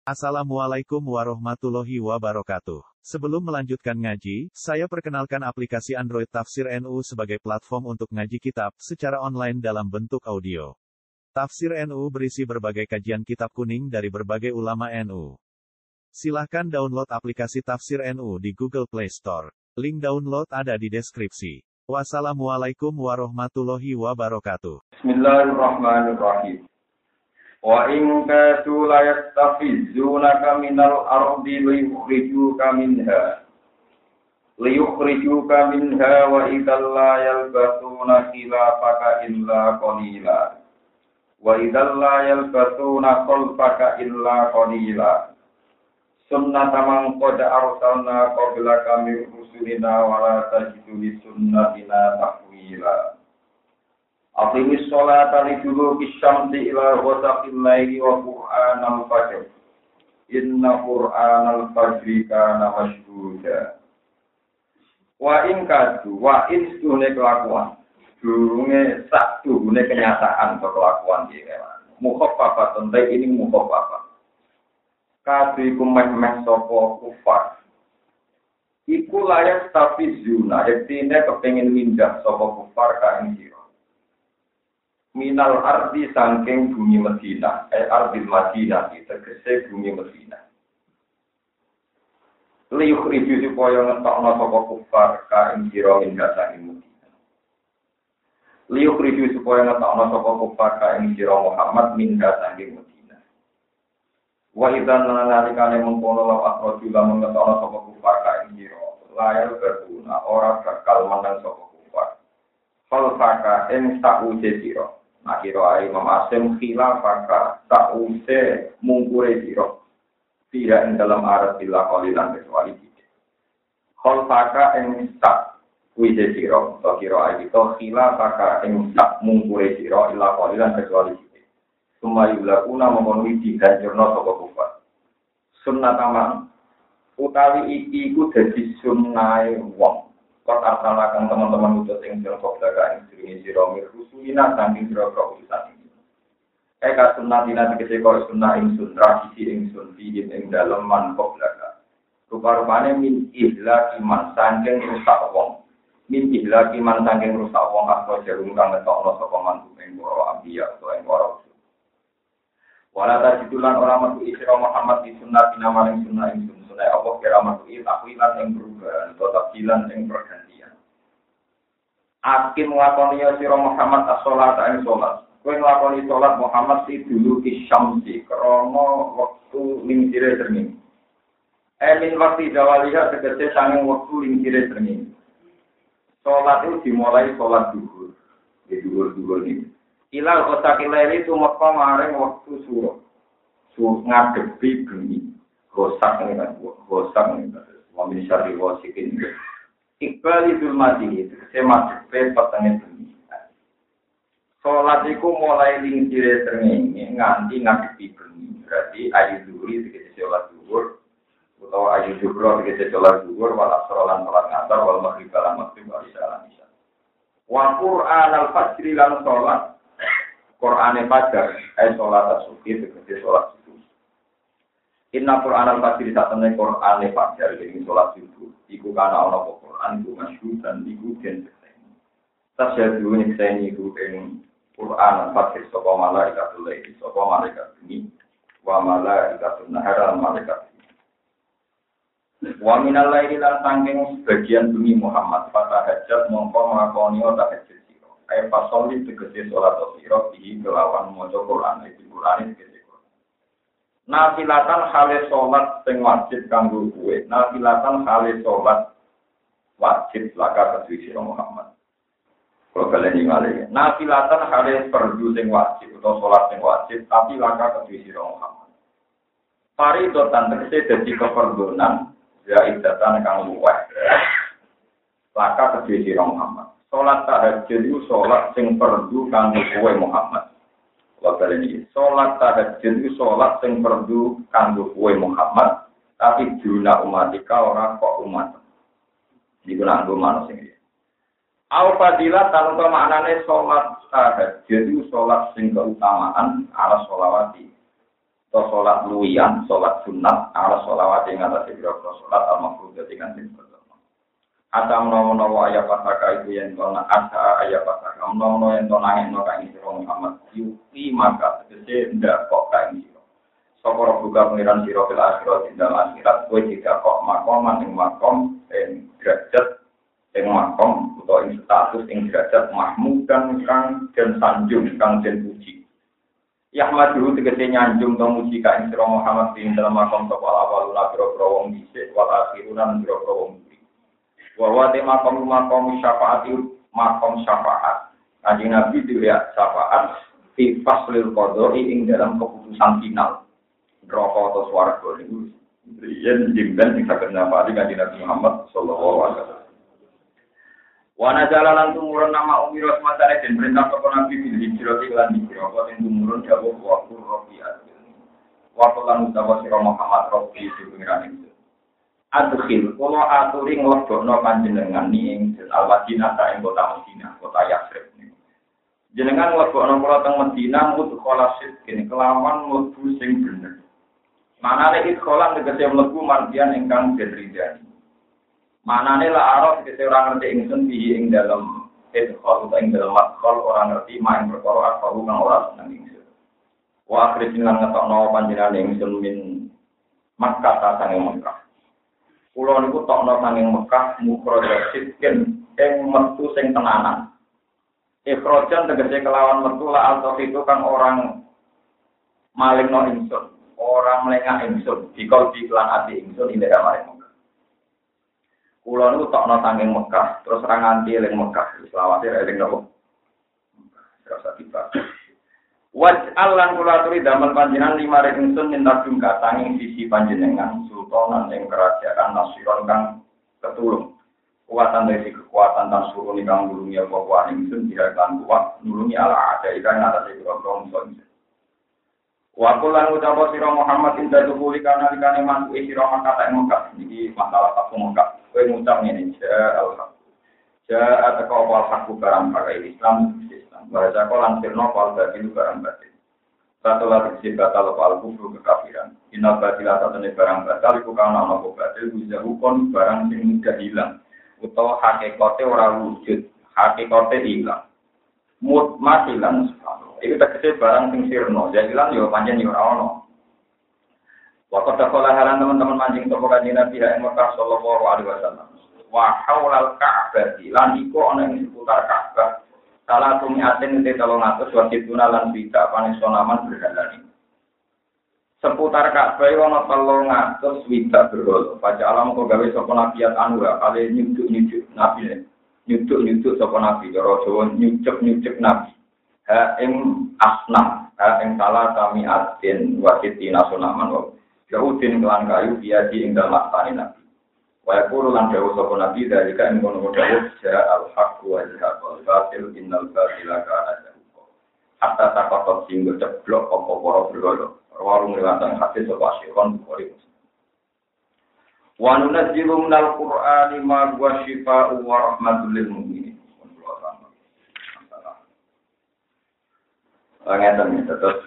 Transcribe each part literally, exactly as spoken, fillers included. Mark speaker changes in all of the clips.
Speaker 1: Assalamualaikum warahmatullahi wabarakatuh. Sebelum melanjutkan ngaji, saya perkenalkan aplikasi Android Tafsir N U sebagai platform untuk ngaji kitab secara online dalam bentuk audio. Tafsir N U berisi berbagai kajian kitab kuning dari berbagai ulama N U. Silahkan download aplikasi Tafsir N U di Google Play Store. Link download ada di deskripsi. Wassalamualaikum warahmatullahi wabarakatuh.
Speaker 2: Bismillahirrahmanirrahim. Wa in kadu la yastafizunaka minal ardi liyukhrijuka minha liyukhrijuka minha wa idzal la yalbathuna khilafaka illa qalila wa idzal la yalbathuna khalfaka illa qalila sunnata man qad arsalna qablaka min rusulina wa la tajidu li sunnatina tahwila. Aqimis sholata liduluki syamsi ila ghasaqil laili wa qur'anal fajr. Inna qur'anal fajri kana mashhuda. Wa in kadu wa in stune kelakuan. Durunge sak durunge kenyataan kelakuan iki. Mukhaffafah tentai ini mukhaffafah. Kadu iku meh-meh sapa kufar. Iku layak tapi zuna, artine kepengin mindah sapa kufar ka ing sira. Minal ardi sangking bumi Madinah, eh ardil Madinah, tegese bumi Madinah. Liyuk review supaya ngetokno sapa kufar ka ing sira ing dasane Madinah. Liyuk review supaya ngetokno sapa kufar ka ing sira Muhammad min dasane Madinah. Wa idzan nalikane mengkono law akhroju lan ngetokno sapa kufar ka ing sira, layar berguna ora bakal menang sapa kufar. Fal faka ing sakuse sira. Akhiro ai memasem khilafaka ta'use mungkure siro tidak ing dalam arah bila kolilan kecuali tidak kholfaka ing tak wise siro kiro ai itu khilafaka ing tak mungkure siro illa kolilan kecuali tidak sumayulakuna memenuhi dihancurno sapa kufar sunnataman utawi iki iku dadi sunnahe wong kok asalakan teman-teman utus ing sira koblaga ing sirine sira mirrusulina saking sira utusan iki. Eka sunnatina tegese kok sunnah ing sun tradisi ing sun fiin ing dalem man koblaga. Rupa-rupane min ihlak iman saking rusak wong. Min ihlak iman saking rusak wong asal jarum kang ngetokno sapa man ing para ambiya utawa ing para rasul. Wala tajidulan ora metu isra Muhammad di sunnatina maring sunnah ing sun. Sunai Allah kira matu'i takwilan yang perubahan atau takwilan yang pergantian. Akim ngelakoni sira Muhammad as-sholat yang sholat. Kue ngelakoni sholat Muhammad si dulu isyamsi krono waktu lingkire srengenge. Emin waktu jawaliha tegese sanging waktu lingkire srengenge. Sholat itu dimulai sholat duhur. Di duhur-duhur ini. Ilal qasaqilai itu maka maring waktu suruh. Suruh ngadepi bengi. Gosak ini kan, gosak ini kan, wamil syari wasikin. Iqbal idul mati, saya masuk ke petangnya bumi. Sholat itu mulai lingkire srengenge nganti ngadepi bumi. Berarti ayu duri tegese sholat zuhur, atau ayu zuhur tegese sholat zuhur, wal asr lan sholat ngasar, wal maghrib lan maghrib wal isya lan isya. Wa Qur'an al-fajri lan sholat. Qur'ane fajar, ay sholat as-subhi tegese sholat. Inna Qur'an al-Fajr satene Qur'an al-Fajr iki salat subuh. Iku kana ana apa Qur'an iku masyhur dan iku den sekseni. Tasyadu nyekseni iku ing Qur'an al-Fajr sapa malaikat lain, sapa malaikat ini, wa malaikatul nahar lan malaikat. Wa minal laili lan sangking sebagian bumi Muhammad fatahajjat mongko nglakoni tahajjud sira. Ai fasoli tegese salat sira iki kelawan maca Qur'an iki Qur'an iki. Nafilatan hale sholat sing wajib kanggo kowe. Nafilatan hale sholat wajib laka kedhi sira Muhammad. Kalau kalian ingat nafilatan hale fardu sing wajib atau sholat sing wajib tapi laka kedhi sira Muhammad. Faridotan tegese dadi keperdonan ya idatan kang luwih. Laka kedhi sira Muhammad. Sholat tahajud itu sholat sing fardu kanggo kowe Muhammad. Waktu ini, sholat tahajud itu sholat yang perlu kanggo kowe Muhammad, tapi juna umatika orang kok umat. Digunakan gue manusia ini. Al fadilah tanpa maknane sholat tahajud itu sholat sing keutamaan ala sholawati. atau sholat luwian, sholat sunat, ala sholawat yang atas ibroh sholat al-mafrudah dengan timur. Asa menawa-menawa ayat pasaka itu yang tona asa ayat pasaka menawa yang tona yang tona ini siro Muhammad yuki maka segede ndak kok kain siro. Sokoro buka pengiran siro fil akhirat di dalam akhirat kue tidak kok makoman yang makom yang derajat yang makom atau yang status yang derajat mahmud dan kang dan sanjung kang dan puji. Yahmad dulu tegese nyanjung to muji kain siro Muhammad di dalam makom sopal awaluna biro-biro wong dhisik wal akhirunan biro-biro wong bahwa tema makom makom syafaat itu makom syafaat. Kanjeng Nabi dilihat syafaat di faslil qadai ing dalam keputusan final. Neraka atau swarga niku yen jimben sing saged nafati Kanjeng Nabi Muhammad sallallahu alaihi wasallam. Wa nazalan tumurun nama Umi Rasmatane den perintah karo Nabi bil hijrah lan hijrah kok ing tumurun dawuh wa qurrabiat. Wa qala sira Muhammad rabbi sing adkhil kula aturi nglebokno panjenengan ing Al-Madinah ta ing kota Madinah, kota Yatsrib niku. Jenengan nglebokno kula teng Madinah mudkhala sidqin kelawan mlebu sing bener. Manane iki sekolah tegese mlebu mardian ingkang den ridani. Manane la arep tegese ora ngerti ingsun piye ing dalem idkhal ing dalem madkhal ora ngerti main perkara apa kang ora seneng ingsun. Wa akhirnya lan ngetokno panjenengan ingsun min Makkah ta sange Makkah. Kulo niku tokno sanging Mekah mukroja sidken ing metu sing tenanan. Ikrojan tegese kelawan metu la alto itu kan orang malingno ingsun, orang melengah ingsun, dikol diklan ati ingsun ing daerah Mekah. Kulo niku tokno sanging Mekah, terus ra nganti eling Mekah, selawase eling nopo. Rasa tiba. Waj'al lan kula aturi damel panjenengan lima ingsun minta jungka sanging sisi panjenengan sultanan ing kerajaan nasiron kang ketulung kuatan dari kekuatan dan suruh nikang nulungi apa kuat ingsun dirakan kuat nulungi ala ada ikan atas iku rong son wa kulan ucap sira Muhammad inda tuhuli kana dikane mantu sira kata ing Mekah iki masalah tak Mekah kowe ngucap ngene al-haq ja ataka wal haqu barang pakai Islam Baca kolan sirno kal batin barang batin. Satu lagi si batal kal kufru kekafiran. Inal batilah satu nih barang batal. Iku kau nama batil bisa hukon barang sing mudah hilang. Utau hakikate orang wujud. Hakikate hilang. Mut masilan. Itu tegese barang sing sirno. Jadi hilang yo panjang yo ono. Waktu sekolah halan teman-teman mancing toko kanjeng Nabi yang Mekah sallallahu alaihi wasallam. Wa haulal Ka'bah lan iku ana ing seputar Ka'bah. Salah tumi aten itu tolong atus wajib tunalan tidak panis sonaman berjalan. Seputar Ka'bah ono tolong atus tidak berhol. Baca alam kau gawe sopo nabiat anura kali nyuduk nyuduk nabi nyuduk nyuduk sopo nabi. Joro Jawa nyuduk nyuduk nabi. Ha ing asnam ha ing salah kami aten wajib tina sonaman. Yaudin kelan kayu biadi ing dalam tani nabi. Wa yaqulu lan dawu sapa nabi dari ka ing kono dawu ja al-haq wa al batil innal batila kana zahuqa. Hatta takot sing ceblok apa para berolo. Warung riwayat hadis sapa Syekhon Bukhari. Wa nunazzilu minal Qur'ani ma huwa syifaa'un wa rahmatul lil mu'minin. Ngeten terus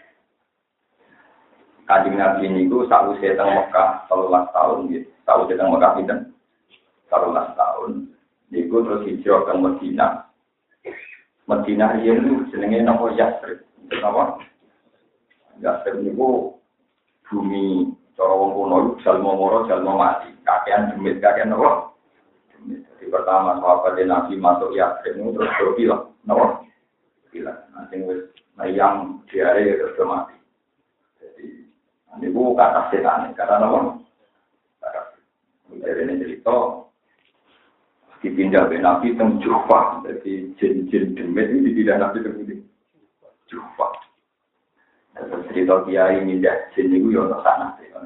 Speaker 2: Kanjeng Nabi niku sakwise teng Mekah telulas tahun nggih. Sakwise teng Mekah pinten? telulas tahun. Niku terus hijrah ke Madinah. Madinah yen jenenge napa Yatsrib. Napa? Yatsrib niku bumi cara wong kuno jalma moro jalma mati. Kakean demit kakean napa? Demit. Jadi pertama sahabat Nabi masuk Yatsrib niku terus berpila. Napa? Pila. Nah sing wis mayang diare terus mati. Ini bu kata setan, kata apa? Kata ini cerita dipindah ke Nabi teng Jufa, jadi jin-jin demit ini dipindah Nabi teng Jufa. Terus cerita kiai pindah jin itu ya sana sih.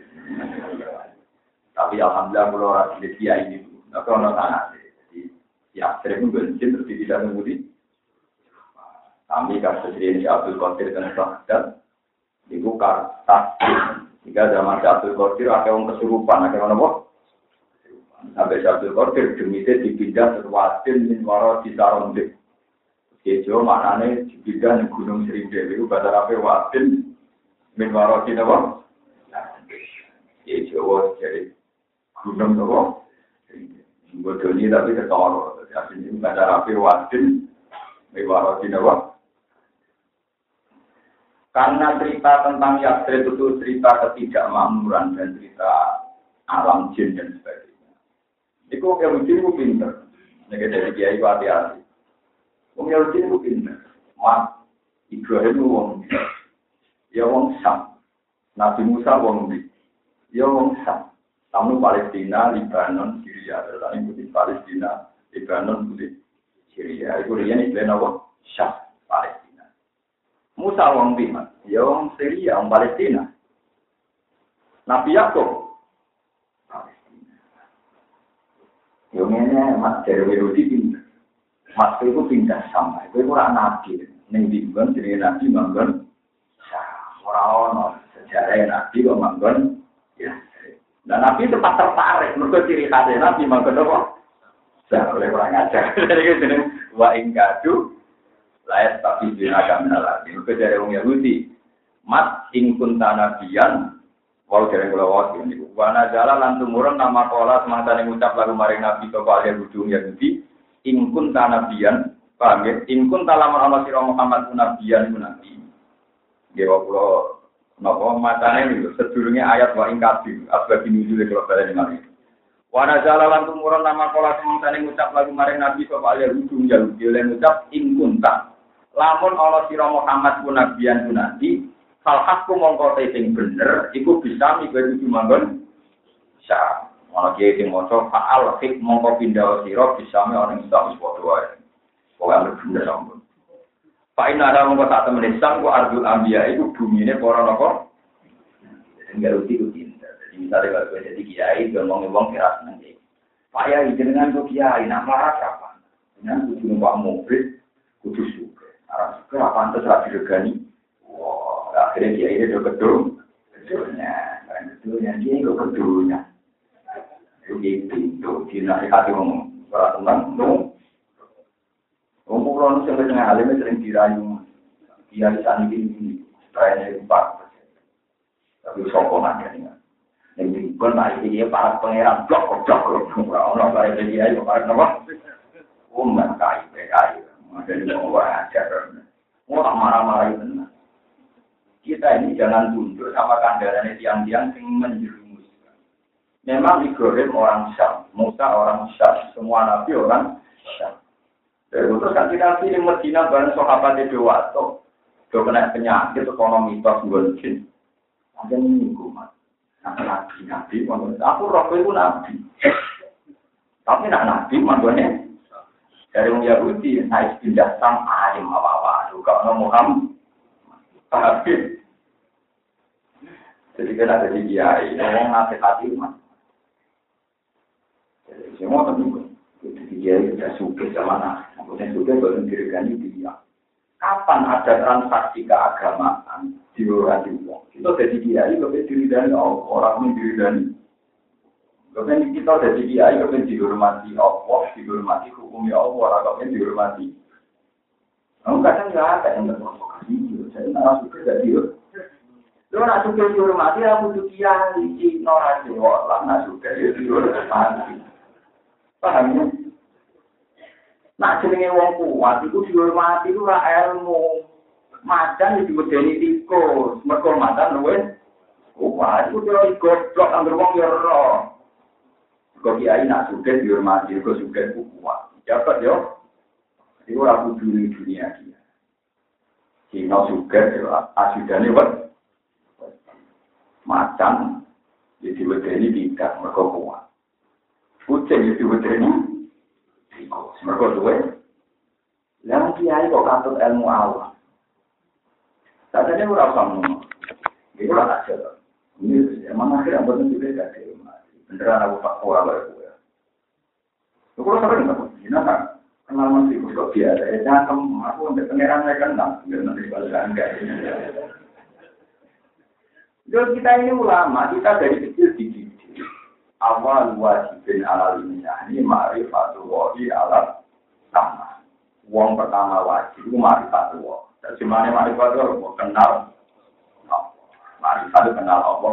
Speaker 2: Tapi alhamdulillah kalau orang di kiai itu, tapi orang sana sih. Jadi ya sering bensin terus dipindah teng Kami kasus ini Abdul Qadir dan Sahadat. Ibu kartas, jika zaman Abdul Qadir ada orang kesurupan, ada orang apa? Sampai Abdul Qadir demitnya dipindah sesuatin min waro di Sarondek. Kejo maknanya dipindah di Gunung Serindel, itu bahasa apa? Wadin min waroti napa? Ya Jawa jadi gunung napa? Bodoni tapi ketara. Asline baca rapi wadin min waroti napa? Karena cerita tentang Yasrib itu cerita ketidakmakmuran dan cerita alam jin dan sebagainya. Itu Yahudi itu pinter. Ini dari Kiai hati-hati. Wong Yahudi itu pinter. Mat, Ibrahim itu wong. Ya wong Sam. Nabi Musa wong di. Ya wong Sam. Tamu Palestina, Lebanon, Syria. Terutama putih Palestina, Lebanon, putih Syria. Itu dia ini benar wong Syam, Palestina. Musa wong di mana? Ya wong Syria, wong Palestina. Nabi Yakub Palestina. Yang ini Mas dari Yahudi pindah. Mas itu pindah sama. Itu orang Nabi. Neng dibuat jadi Nabi manggon. Orang-orang sejarah Nabi kok manggon. Ya. Dan Nabi sempat tertarik. Mereka ciri khasnya Nabi manggon apa? Saya oleh orang ajar. Jadi itu wa ingkadu layak tapi dinaga menalaki. Mereka dari orang Yahudi. Mat ingkun tanabian. Wau dereng kula wae niku. Wana jalan lan tumurun nama kala semangsa ning ngucap lagu maring Nabi sapa ahli ujung Yahudi, ingkun tanabian, paham ya? Ingkun talaman ana sira Muhammad nabiyan nabi. Nggih kula napa matane niku sedurunge ayat wa ing kabeh asbab nuzul kula baleni mari. Wana jalan lan tumurun nama kala semangsa ning ngucap lagu maring Nabi sapa ahli ujung Yahudi lan ngucap ingkun ta. Lamun ana sira Muhammad nabiyan nabi hal hakku mongko sing bener iku bisa miber iki manggon sa ana kiye sing maca faal fik mongko pindah sira bisa me ana ing sak padha wae pokoke bener sampun fa ina ada mongko sak temene sang ku ardul anbiya iku bumine para napa enggak uti uti jadi misalnya kalau jadi kiai ngomong wong kira seneng iki Pak Yai jenengan kok kiai nak marah apa jenengan kudu numpak mobil kudu suka arep suka apa antes ra diregani. Akhirnya dia ini udah gedung, gedungnya, gedungnya dia itu gedungnya. Itu pintu, di nasi hati ngomong, orang tentang ngomong. Ngomong orang itu sampai tengah alimnya sering dirayu, dia di sana ini, supaya empat. Tapi sokongan ya nih. Yang bukan naik dia para pangeran blok, blok, blok, orang para dia itu para nama, umat kai, kai, ada di bawah ajar. Mau tak marah-marah itu. Kita ini jangan tunduk sama kandarannya tiang-tiang yang menjerumuskan. Memang Ibrahim orang Syam, Musa orang Syam, semua nabi orang Syam. Dari itu kan kita pilih Medina bareng sahabat itu waktu itu kena penyakit ekonomi pas bulan-bulan. Ada minggu mas, nabi nabi, aku roh itu nabi. Tapi nak nabi maksudnya dari orang Yahudi naik pindah Sam ayam apa-apa, juga orang Muhammad. Tapi jadi kan ada di kiai, ngomong nasihat umat. Jadi semua tentu, jadi kiai sudah suka sama nah, maksudnya suka belum dirikan dia. Kapan ada transaksi keagamaan di luar uang? Kita jadi kiai, kita diri dan orang yang diri dan kemudian kita jadi kiai, kemudian dihormati Allah, dihormati hukumnya Allah, kemudian dihormati. Kamu kadang nggak ada yang berprovokasi, saya nggak suka jadi. Lo nak suka dihormati, aku tuh kiai, cino aja, lah nak suka dihormati. Paham ya? Nak jenenge wong kuat, itu dihormati itu lah ilmu. Macan itu medeni tikus, mereka macan luwes. Kuat itu dia goblok, anggar wong ya roh. Kau kiai nak suka dihormati, kau suka kuat. Dapat yo? Itu aku dulu dunia dia. Cina suka, asidane wat. Macan, jadi wedeni tidak, mereka kuat. Kucing jadi wedeni, tikus, mereka duwe. Yang kiai kok katut ilmu Allah. Tadinya orang sama, itu lah aja. Ini emang akhirnya benar juga gak dihormati. Beneran aku tak kuat lah gue. Lu kalau sering nggak? Ini kan kenal masih kok biasa. Ya jangan aku untuk pangeran saya kenal, biar nanti balasan kayak ini. Jadi kita ini ulama, kita dari kecil dididik. Awal wajibin alal ini ma'rifatul wahi alat sama. Uang pertama wajib itu ma'rifatul wahi. Dan semuanya ma'rifatul wahi kenal. Marifat itu kenal Allah.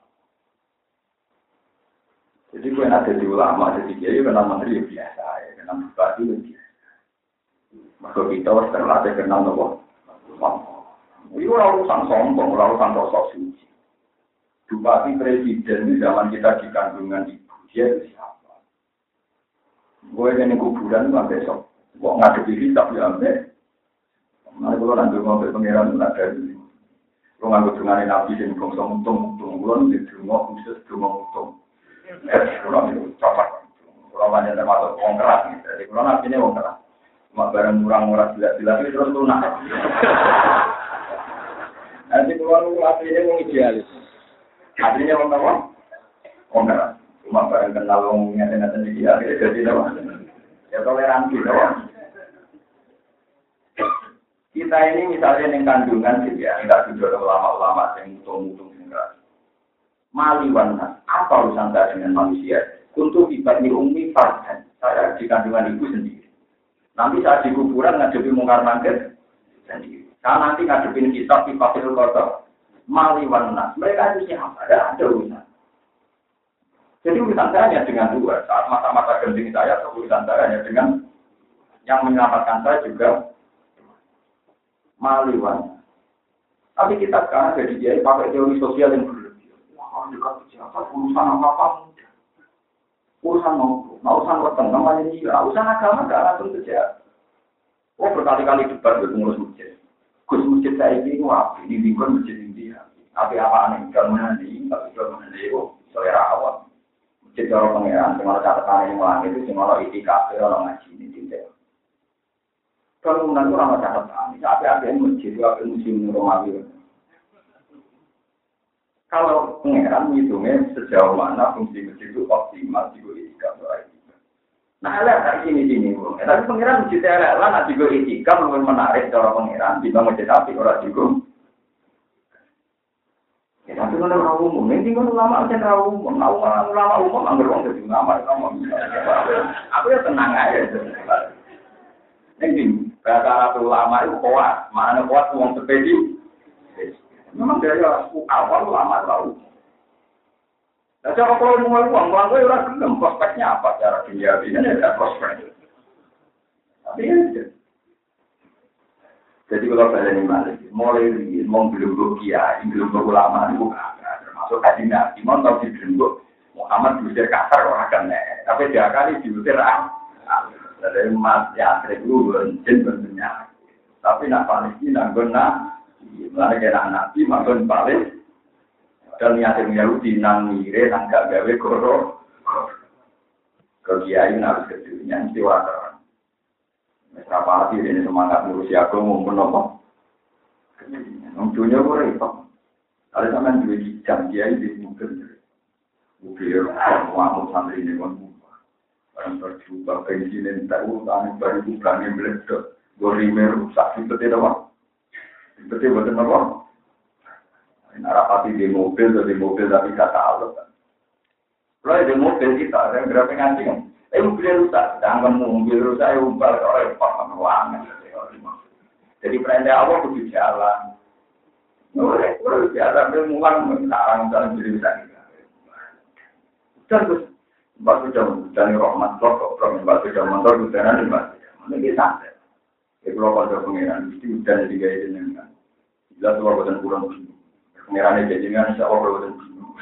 Speaker 2: Jadi gue ada di ulama, jadi kiai kenal menteri biasa, ya kenal bupati biasa. Maka kita harus terlatih kenal Allah. Itu urusan sombong, urusan sosok suci. Bupati presiden di zaman kita di kandungan ibu, dia itu siapa? Gue ini kuburan itu besok. Gue ngadepi kitab ya ambil. Nah, kalau nanti mau berpengiran tidak ada ini. Kalau nggak dengan nabi yang bangsa untung-untung, kalau nanti cuma khusus cuma untung. Eh, kalau itu cocok. Kalau banyak termasuk orang keras, jadi kalau nabi ini orang keras. Cuma barang murah-murah jelas-jelas itu terus lunak. Nanti kalau nabi ini mau idealis. Artinya orang apa? Orang keras. Cuma barang kenal orang ngeten-ngeten dia, jadi apa? Ya toleransi, apa? Kita ini misalnya yang kandungan gitu ya, enggak juga ulama-ulama yang mutung-mutung singkat. Maliwan, apa urusan saya dengan manusia? Untuk ibadni umi farhan, saya di kandungan ibu sendiri. Nanti saat di kuburan ngadepi mungkar nangkir sendiri. Karena nanti ngadepin kitab di Fathul Qadar. Maliwan, mereka itu siapa? Ada ada urusan. Jadi urusan saya hanya dengan dua. Saat masa-masa genting saya, urusan saya hanya dengan yang menyelamatkan saya juga. Maliwan. Tapi kita sekarang jadi dia pakai teori sosial yang berlebihan. Wah, dekat pejabat urusan apa-apa mudah. Urusan mau, mau urusan weteng, namanya dia. Urusan agama gak langsung saja. Oh, berkali-kali debat dengan pengurus masjid. Gus masjid saya ini wah, ini lingkungan masjid India. Tapi apa aneh? Kalau menandai, tapi kalau menandai, oh, selera awam. Masjid orang pengeran, cuma catatan yang ulang itu, cuma itikaf, orang ngaji ini tidak. Kalau menang orang catatan, tapi ada yang masjid, ada musim Romawi. Kalau pengeran menghitungnya sejauh mana fungsi masjid itu optimal juga itikaf. Nah, lihat sini sini, tapi pengeran masjid lah, nanti juga itikaf lebih menarik cara pengeran di masjid tapi orang juga. Ya, tapi kalau orang umum, nanti kalau ulama macam orang umum, ulama umum nggak beruang jadi ulama, ulama. Aku ya tenang aja. Nanti. Bahasa Arab ulama itu kuat, mana kuat uang sepedi. Memang dari awal ulama tahu. Nah, cara kalau mulai uang, uang itu orang gelem, prospeknya apa? Cara dunia ini ada prospek. Tapi ya, jadi kalau saya ini balik, mulai ini, mau belum kiai, belum ulama itu termasuk kaji nabi, mau tahu di belum Muhammad diusir kasar orang kan, tapi dia kali diusir ah. Dari emas yang seribu jin bentuknya, tapi nak Palestina guna, mana kena nabi makan Palestina dan niatin Yahudi nang mire nang gak gawe koro, kegiatan harus keduanya istiwa. Mesra pasti ini semangat ngurusi aku mau menopo, ujungnya boleh pak. Kalau sampai dua jam dia ini mungkin, mungkin mau santri ini pun. Orang berjumpa pensiun tak urutan baru bukan yang beledok, gorimer rusak itu tidak apa, itu betul apa? Narapati di mobil atau di mobil tapi kata Allah kan. Kalau di mobil kita yang berapa ngaji kan, eh mobil rusak, jangan mobil rusak, eh umpal orang paham uang. Jadi perintah Allah itu jalan, boleh boleh jalan, dia uang sekarang dalam diri kita. Terus batu jam dan rahmat kok problem batu jam motor hujan ada batu ini santai itu kalau pada pengiran mesti hujan jadi gaya jenengan jelas kalau bukan kurang pengirannya jenengan insya Allah kalau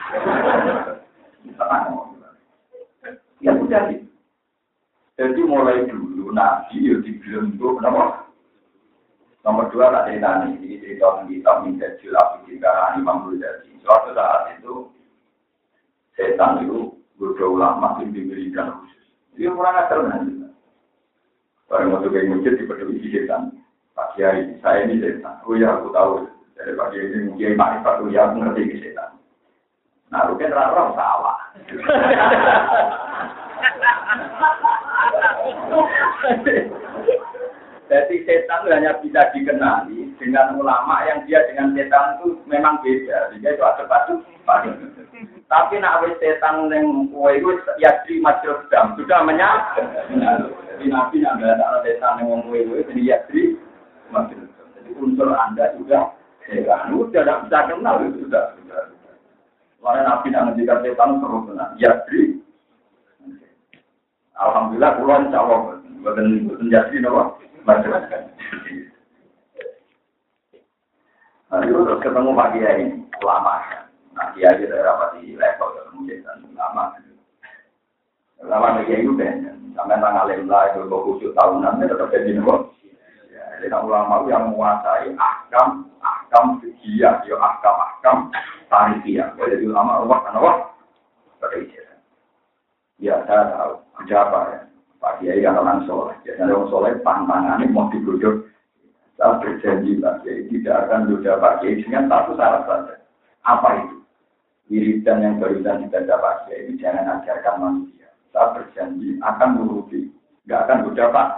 Speaker 2: bukan ya sudah sih jadi mulai dulu nabi ya dibilang itu kenapa nomor dua tak cerita nih ini cerita kita minta jelas jika Imam Ghazali suatu saat itu setan itu Guru ulama yang diberikan khusus. Dia kurang ajar nanti. Barang waktu kayak masjid dipeduli setan. Pak Kiai, saya ini setan. Oh ya, aku tahu. Dari Pak Kiai ini Kiai Makrifat, oh ya, aku ngerti ini setan. Nah, lu kan rara salah. Jadi setan itu hanya bisa dikenali dengan ulama yang dia dengan setan itu memang beda. Dia itu ada batu. Tapi nak wis setan yang kowe iku ya di majul dam sudah menyatu. Jadi nabi nak ada setan yang kowe iku jadi ya di majul. Jadi unsur Anda juga setan sudah tidak bisa kenal itu sudah. Soalnya Nabi nak ngendikan setan seru tenan. Ya, Dri. Alhamdulillah kula insyaallah mboten mboten jadi napa. Nah, itu terus ketemu Pak Kiai ulama. Nah, Kiai daerah pasti level ketemu setan ulama. Ulama Kiai itu kan sampai tanggal alim lah itu khusus tahunan tetap jadi napa. Ya, jadi ulama yang menguasai ahkam, ahkam fikih, ya ahkam-ahkam tarifiyah. Jadi ulama Allah kan apa? Berbeda. Ya, saya tahu. Ada apa ya? Pak Kiai kan orang soleh. Biasanya orang soleh pantangannya mau digodok. Saya berjanji Pak Kiai tidak akan luda Pak Kiai dengan satu syarat saja. Apa itu? Wiridan yang barusan dibaca Pak Kiai ini jangan ajarkan manusia. Saya berjanji akan menuruti. Tidak akan luda Pak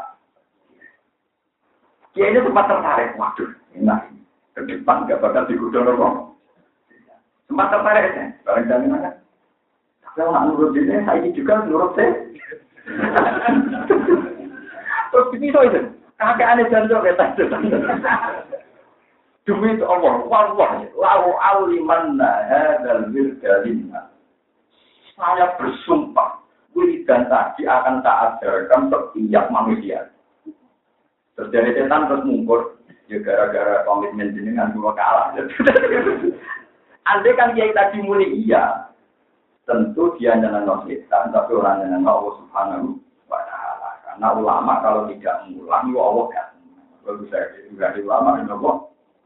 Speaker 2: Kiai ini sempat tertarik. Waduh, enak. Ke depan tidak bakal digodok orang. Sempat tertarik ya. Barang jaminan. Kalau nak nurut dia, saya juga nurut saya. Terus begini so itu, kakek aneh jantung ya tadi. Demi itu Allah, wallah, lau aulimanna hadal wirdalina. Saya bersumpah, wiridan tadi akan tak ajarkan setiap manusia. Terus dari setan terus mungkur, ya gara-gara komitmen jenengan dua kalah. Andai kan kiai tadi muni iya. Tentu dia nyenang setan, tapi orang nyenang Allah Subhanahu wa Ta'ala. Karena ulama kalau tidak mengulang, ya Allah kan. Kalau bisa juga di ulama, ya Allah.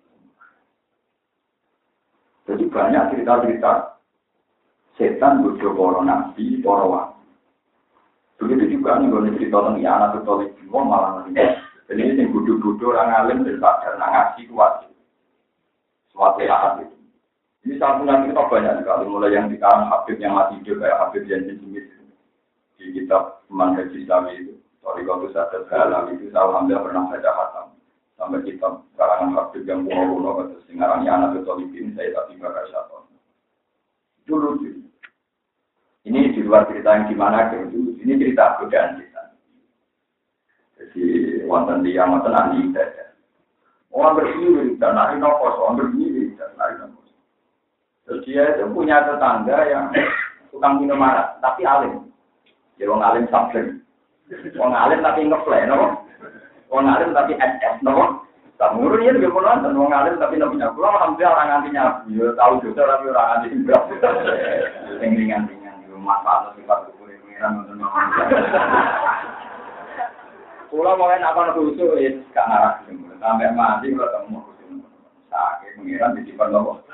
Speaker 2: Jadi banyak cerita-cerita setan bodoh para nabi, para wali. Begitu juga nih kalau cerita tentang anak Katolik semua malah nanti. Jadi ini bodoh-bodoh orang alim daripada ngaji kuat. Suatu saat itu. Ini santunan kita banyak sekali, mulai yang di kalangan Habib yang masih hidup kayak Habib Janji Smith di kitab Manhaj Islami itu, Thariqatus Sadat Halam itu saya alhamdulillah pernah baca khatam sampai kitab kalangan Habib yang kuno-kuno atau singarani anak Katolik ini saya tak tiba ke Syaton. Itu lucu. Ini di luar cerita yang gimana itu, ini cerita godaan kita. Jadi wonten dia wonten ahli ibadah. Orang bersih dan ahli nafas, orang bersih dan ahli nafas. Terus dia itu punya tetangga yang tukang minum arak, tapi alim. Ya orang alim sabling. Orang alim tapi ngeplay, no? Orang alim tapi S S, no? Tamurun ya juga pernah, dan orang alim tapi nabinya. Kalau alhamdulillah orang antinya, ya tahu juga tapi orang anti juga. Ringan-ringan, itu masalah sifat kekurangan untuk orang. Kalau mau enak khusus, ya gak ngarah. Sampai mati kalau kamu khusus. Sakit pengiran di sifat lo.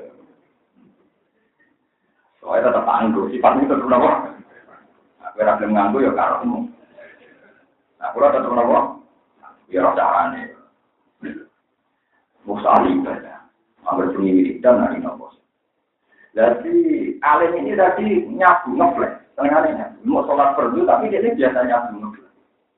Speaker 2: Soalnya tetap tangguh, sifatnya tetap kenapa? Aku rasa mengganggu ya karena aku rasa tetap kenapa? Ya rasa aneh. Musali ibadah, ambil bunyi dan hari nafas. Jadi alim ini tadi nyabu ngeflek, tengahnya mau sholat fardu tapi dia ini biasa nyabu ngeflek.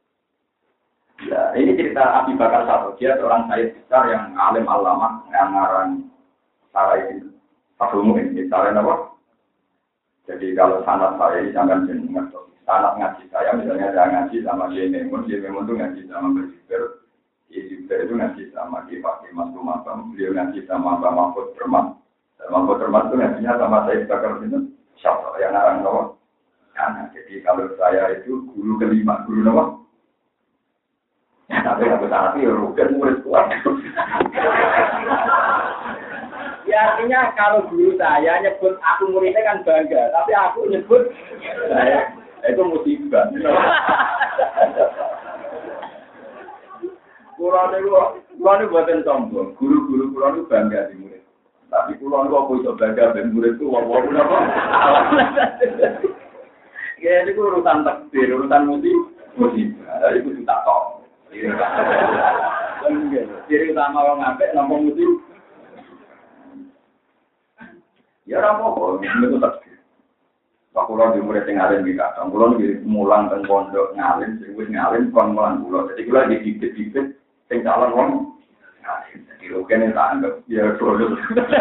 Speaker 2: Ya ini cerita Abi Bakar Satu, dia seorang sayyid besar yang alim alama yang ngarang sarai itu. Satu mungkin misalnya apa? Jadi kalau sanad saya jangan jenengan sanad ngaji saya misalnya saya ngaji sama dia Memun, dia Memun itu ngaji sama Berjiber, Berjiber itu ngaji sama dia Pak Mas Rumaham, beliau ngaji sama Pak Mahfud Termat, Mahfud Termat itu ngajinya sama saya Bakar itu siapa yang narang Nawa. Nah, jadi kalau saya itu guru kelima, guru Nawa. Ya tapi aku tapi rugen murid kuat. Ya artinya kalau guru saya nyebut aku muridnya kan bangga, tapi aku nyebut saya itu musibah. Kurang itu, kurang itu buatan sombong. Guru-guru kurang itu bangga di murid. Tapi kurang itu aku bisa bangga dan murid itu wah-wah apa? Ya itu urusan takdir, urusan musibah. Itu kita tahu. Ciri utama orang ngapik, nampak musibah. Ya apa-apa, itu takdir. Pak Kulon di murid yang ngalim di kadang, Kulon di mulang dan pondok ngalim, sering ngalim, kon mulang Kulon. Jadi Kulon di bibit-bibit, sing calon wong ngalim. Jadi Rugen yang tak anggap, ya dulu.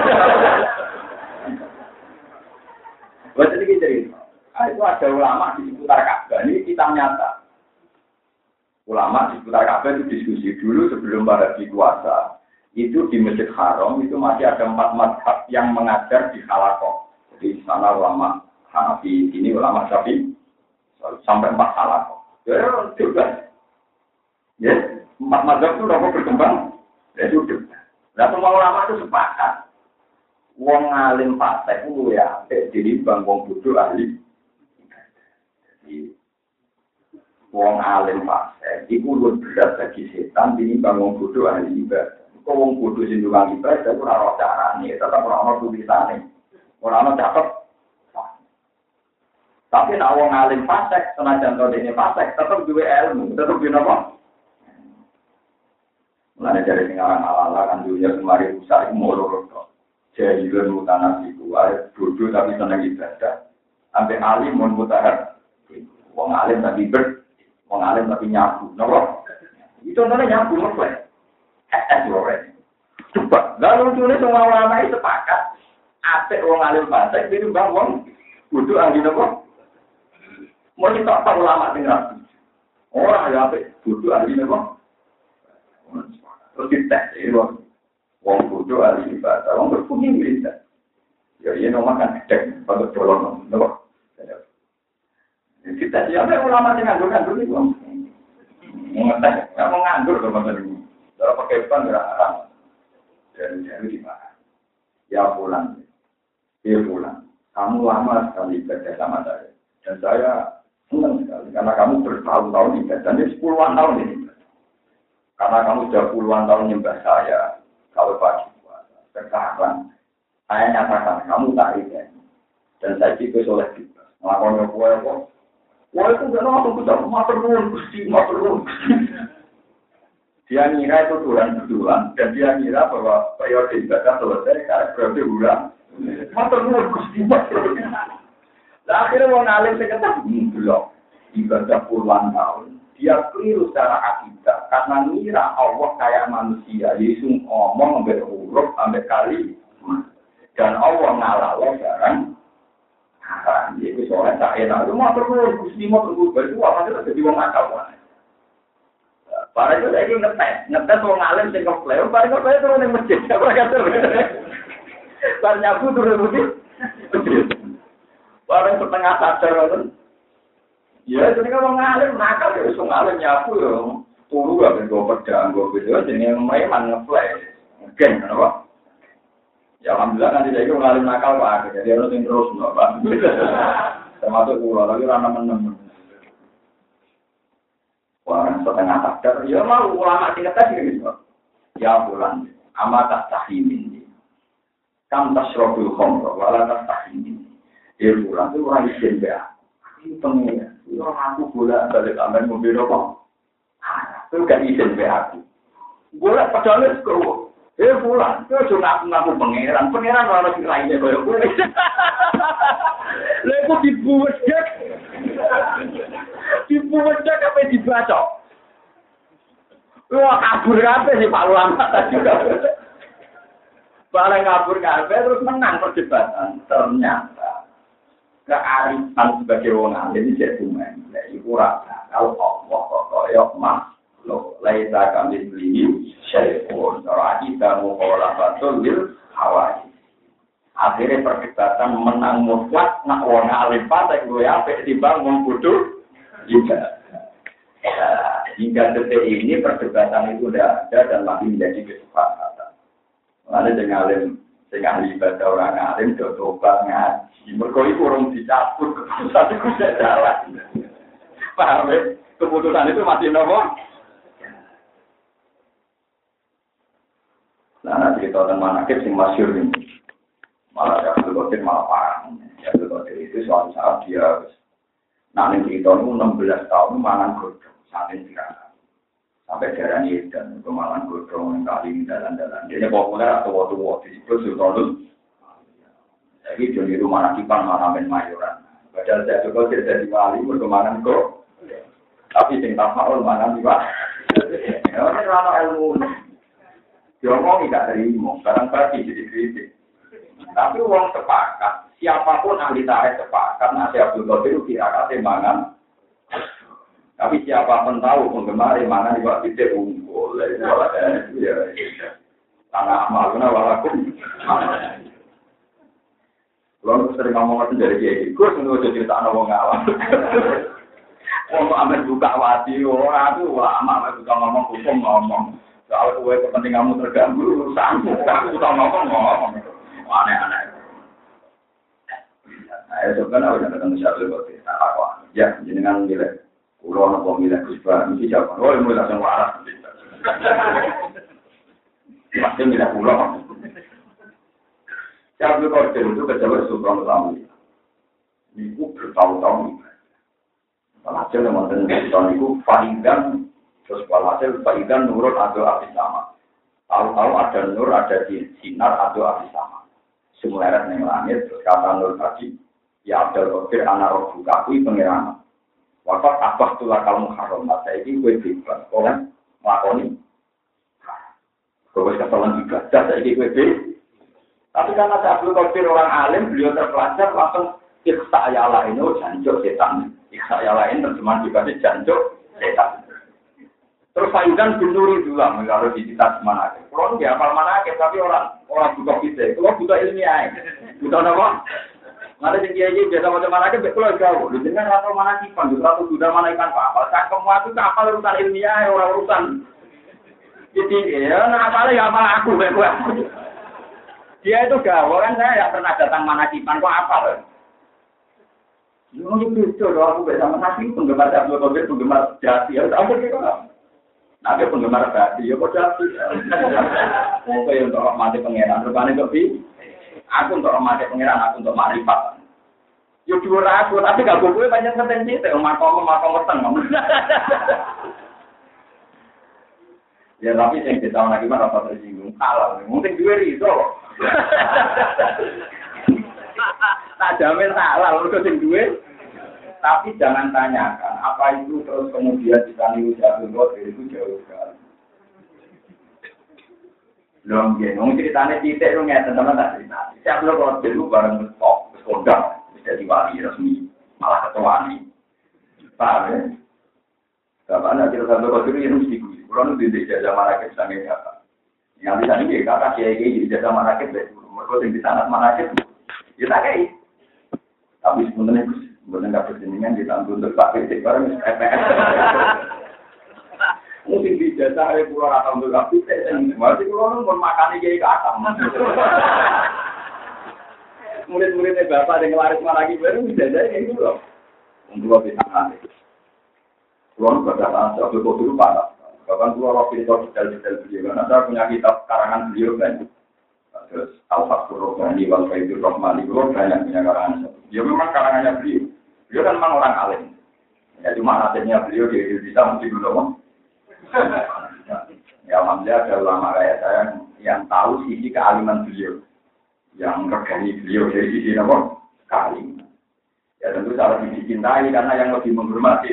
Speaker 2: Buat ini cerita, itu ada ulama di seputar Ka'bah, ini kita nyata. Ulama di seputar Ka'bah itu diskusi dulu sebelum para dikuasa. Itu di Masjid Haram itu masih ada empat mazhab yang mengajar di Halakoh. Di sana ulama Hanafi, ini ulama Syafi'i sampai empat salah. Ya juga. Ya, empat mazhab itu udah berkembang. Ya sudah. Nah, semua ulama itu sepakat. Wong alim fasik ku ya, jadi bang wong bodoh ahli. Jadi wong alim fasik iku luwih berat bagi setan tinimbang wong bodoh ahli ibadah. Kok wong bodoh sing tukang ibadah ora ora carane, tetep ora ono tulisane. Ora ono catet. Tapi nek wong alim fasik, senajan to dene fasik, tetep duwe ilmu, tetep duwe napa? Mulane dari sing aran ala-ala kan dunia kemarin rusak iku loro tok. Jahilun mutanah iku wae bodoh tapi seneng ibadah. Sampai alim mun mutahar. Wong alim tapi ber, wong alim tapi nyabu, napa? Itu contohnya nyabu napa? Eh, ora. Coba, lalu lucunya semua ulama itu sepakat. Apik wong alim fasik itu bang wong bodoh ahli napa? Mau kita tak ulama sing rapi. Ora ya apik bodoh ahli napa? Terus kita itu wong bodoh ahli ibadah, wong berpunya ibadah. Ya iya no makan cek, pada colong no. Kita siapa ulama sing nganggur-nganggur iki wong. Ngetes, enggak mau nganggur teman-teman ini. Kalau pakai ban enggak haram. Dan jadi gimana? Ya pulang. Ya pulang. Kamu lama sekali ibadah sama saya. Dan saya senang sekali karena kamu bertahun-tahun ibadah, ini sepuluhan tahun ini. Karena kamu sudah puluhan tahun nyembah saya, kalau pagi puasa. Sekarang, saya nyatakan kamu tak ini. Dan saya juga soleh juga. Melakukan kue kok. Kue itu gak langsung kita matur nuwun Gusti, matur nuwun. Dia ngira itu bulan-bulan, dan dia ngira bahwa periode ibadah selesai karena periode bulan. Matur nuwun Gusti, matur nuwun. Nah, akhirnya mau ngalim sekitar belum ibadah puluhan tahun. Dia keliru secara akidah karena ngira Allah kayak manusia. Yesus ngomong sampai huruf sampai kali dan Allah ngalah barang. Nah, itu soalnya tak enak. Itu mau terus Gusti mau terus berdua apa itu jadi wong akal kan. Para itu lagi ngetes, ngetes wong alim sing kepleo, para kok terus ning masjid. Apa kata? Bar nyabu turun masjid. Para setengah sadar kan. Ya, jadi kalau ngalim nakal ya, so ngalim nyapu ya, turu gak ben gue pedang, gue gitu, jadi yang memang nge-play, mungkin, kenapa? Ya, alhamdulillah nanti saya ngalim nakal pak, jadi harus yang terus, nggak pak? Termasuk pulau, tapi rana menemen. Wah, setengah sadar, ya mau ulama tingkat gitu, ya bulan, amat tak tahimin, kam tasrobul khomro, wala tak tahimin, ya bulan itu orang izin ya, ini pengen. Orang aku bola balik aman mobil apa? Itu gak izin be aku. Bola padahal seru. Eh pulang, itu cuma aku ngaku pangeran, pangeran orang sing lainnya koyo kowe. Lha kok dibuwet. Dibuwet apa dibaca? Wah kabur kabeh si Pak Ulama tadi. Barang kabur kabeh terus menang perdebatan. Ternyata kearifan sebagai wong alim iki cuma ya iku ora kalau Allah kok koyo makhluk laisa kami beli syai'un ora kita mukola batul lil hawai akhirnya perdebatan menang mutlak nak wong alim patek gue apik timbang wong bodoh juga hingga detik ini perdebatan itu sudah ada dan masih menjadi kesepakatan. Lalu dengan alim sing ahli ibadah orang alim do tobat ngaji. Mergo iku urung dicabut keputusan iku sudah jalan. Paham ya? Keputusan itu masih nopo? Nah, nanti kita akan manakib sing masyhur ini. Malah ya Abdul Qadir malah parah. Ya Abdul Qadir itu suatu saat dia nanti cerita itu enam belas tahun mangan godhong sampai tirakat. Sampai darah ini dan kemalan godhong kali dalan-dalan. Dia populer atau waktu-waktu disebut Sultanul. Jadi di rumah nakipan malah main mayoran. Padahal saya juga tidak di wali berkemanan kok. Tapi sing tafaul mana di pak? Orang rano ilmu. Dia ngomong tidak terima. Sekarang pasti jadi kritik. Tapi uang sepakat. Siapapun ahli tarikh sepakat. Nasi Abdul Qadir itu kira-kira mangan. Tapi siapa pun tahu penggemar mangan di bawah titik unggul. Tanah amaluna walakum. Kalau sering ngomong dari kiai, gue sendiri jadi cerita anak wong awam. Wong amet buka wati, orang itu lama amet buka ngomong hukum ngomong. Soal kue kepentinganmu terganggu, urusanmu, aku buka ngomong ngomong. Aneh-aneh. Nah, sebenarnya udah ketemu siapa lebih tak apa. Ya, jenengan milih. Kulo nopo milih Gusba, mesti jawab. Oh, mulai langsung waras. Pasti milih kulo. Siapa Qadir itu kejabat Sultan Utama. Ibu bertahun-tahun. Walhasil yang mantan Sultan itu faidan, terus walhasil faidan nurut atau api sama. Tahu-tahu ada nur, ada sinar atau api sama. Semua erat yang langit, terus kata nur tadi, ya Abdul Qadir anak roh bukaku pengirangan. Wafat abah tulah kalau muharram, masa ini gue bebas. Oleh melakoni. Gue keselan ibadah, saya ini gue bebas. Tapi karena Abdul Qadir orang alim, beliau terpelajar langsung ikhsa ya lain, oh jancuk setan. Ikhsa ya lain terjemahan dibanding jancuk setan. Terus Sayyidan bin Nuri juga kalau di kitab Manaqib. Kalau nggak hafal Manaqib, tapi orang orang butuh kita. Kalau butuh ilmiah, butuh apa? Ada yang kiai biasa macam Manaqib, kalau jauh. Lu dengar atau Manaqib, pandu atau sudah Manaqib apa? Kan kamu itu kapal urusan ilmiah, orang urusan. Jadi ya, nah apa ya apa aku, gue. Dia itu gawe kan saya tidak pernah datang Manaqiban kok apa loh. Yang itu aku bersama nasi penggemar Abdul Qadir penggemar jati ya apa gitu kan. Nabi penggemar jati ya kok jati. Oke untuk mati pangeran rupane kok bi. Aku untuk mati pangeran aku untuk makrifat. Yo dua aku tapi gak gue banyak potensi teh makom makom weteng. Ya tapi yang kita lagi mana apa tersinggung halal. Mungkin dua itu. Tak jamin halal untuk sing duwe. Tapi jangan tanyakan apa itu terus kemudian kita niru Abdul Qadir itu jauh sekali. Belum ya, ngomong ceritanya titik itu ngeten teman tak cerita. Abdul Qadir itu bareng betok, kondang, jadi wali resmi, malah ketua nih. Paham ya? Karena cerita Abdul Qadir itu mesti gue. Kalau nu di jasa Manaqib sange kata. Yang bisa nih kata kiai kiai di jasa Manaqib deh. Mereka di sanad Manaqib. Ya tak kiai. Tapi sebenarnya sebenarnya nggak pertandingan ditanggung untuk pakai cek barang S P S. Mungkin di jasa ada pulau atau untuk apa? Saya masih pulau nu mau makan kiai kata. Murid-muridnya bapak yang laris Manaqib baru bisa jadi itu loh. Untuk bisa nanti. Pulau berdasarkan Abdul Qadir parah. Bahkan keluar waktu itu detail-detail beliau, karena saya punya kitab karangan beliau kan. Terus Al-Fathur Rohmani, Wal-Faidur Rohmani, beliau banyak punya karangan. Dia memang karangannya beliau. Beliau kan memang orang alim. Ya cuma nasibnya beliau di Indonesia mesti belum. Ya alhamdulillah ada ulama kayak saya yang tahu sisi kealiman beliau. Yang regani beliau dari sisi apa? Kealiman. Ya tentu harus dicintai karena yang lebih menghormati.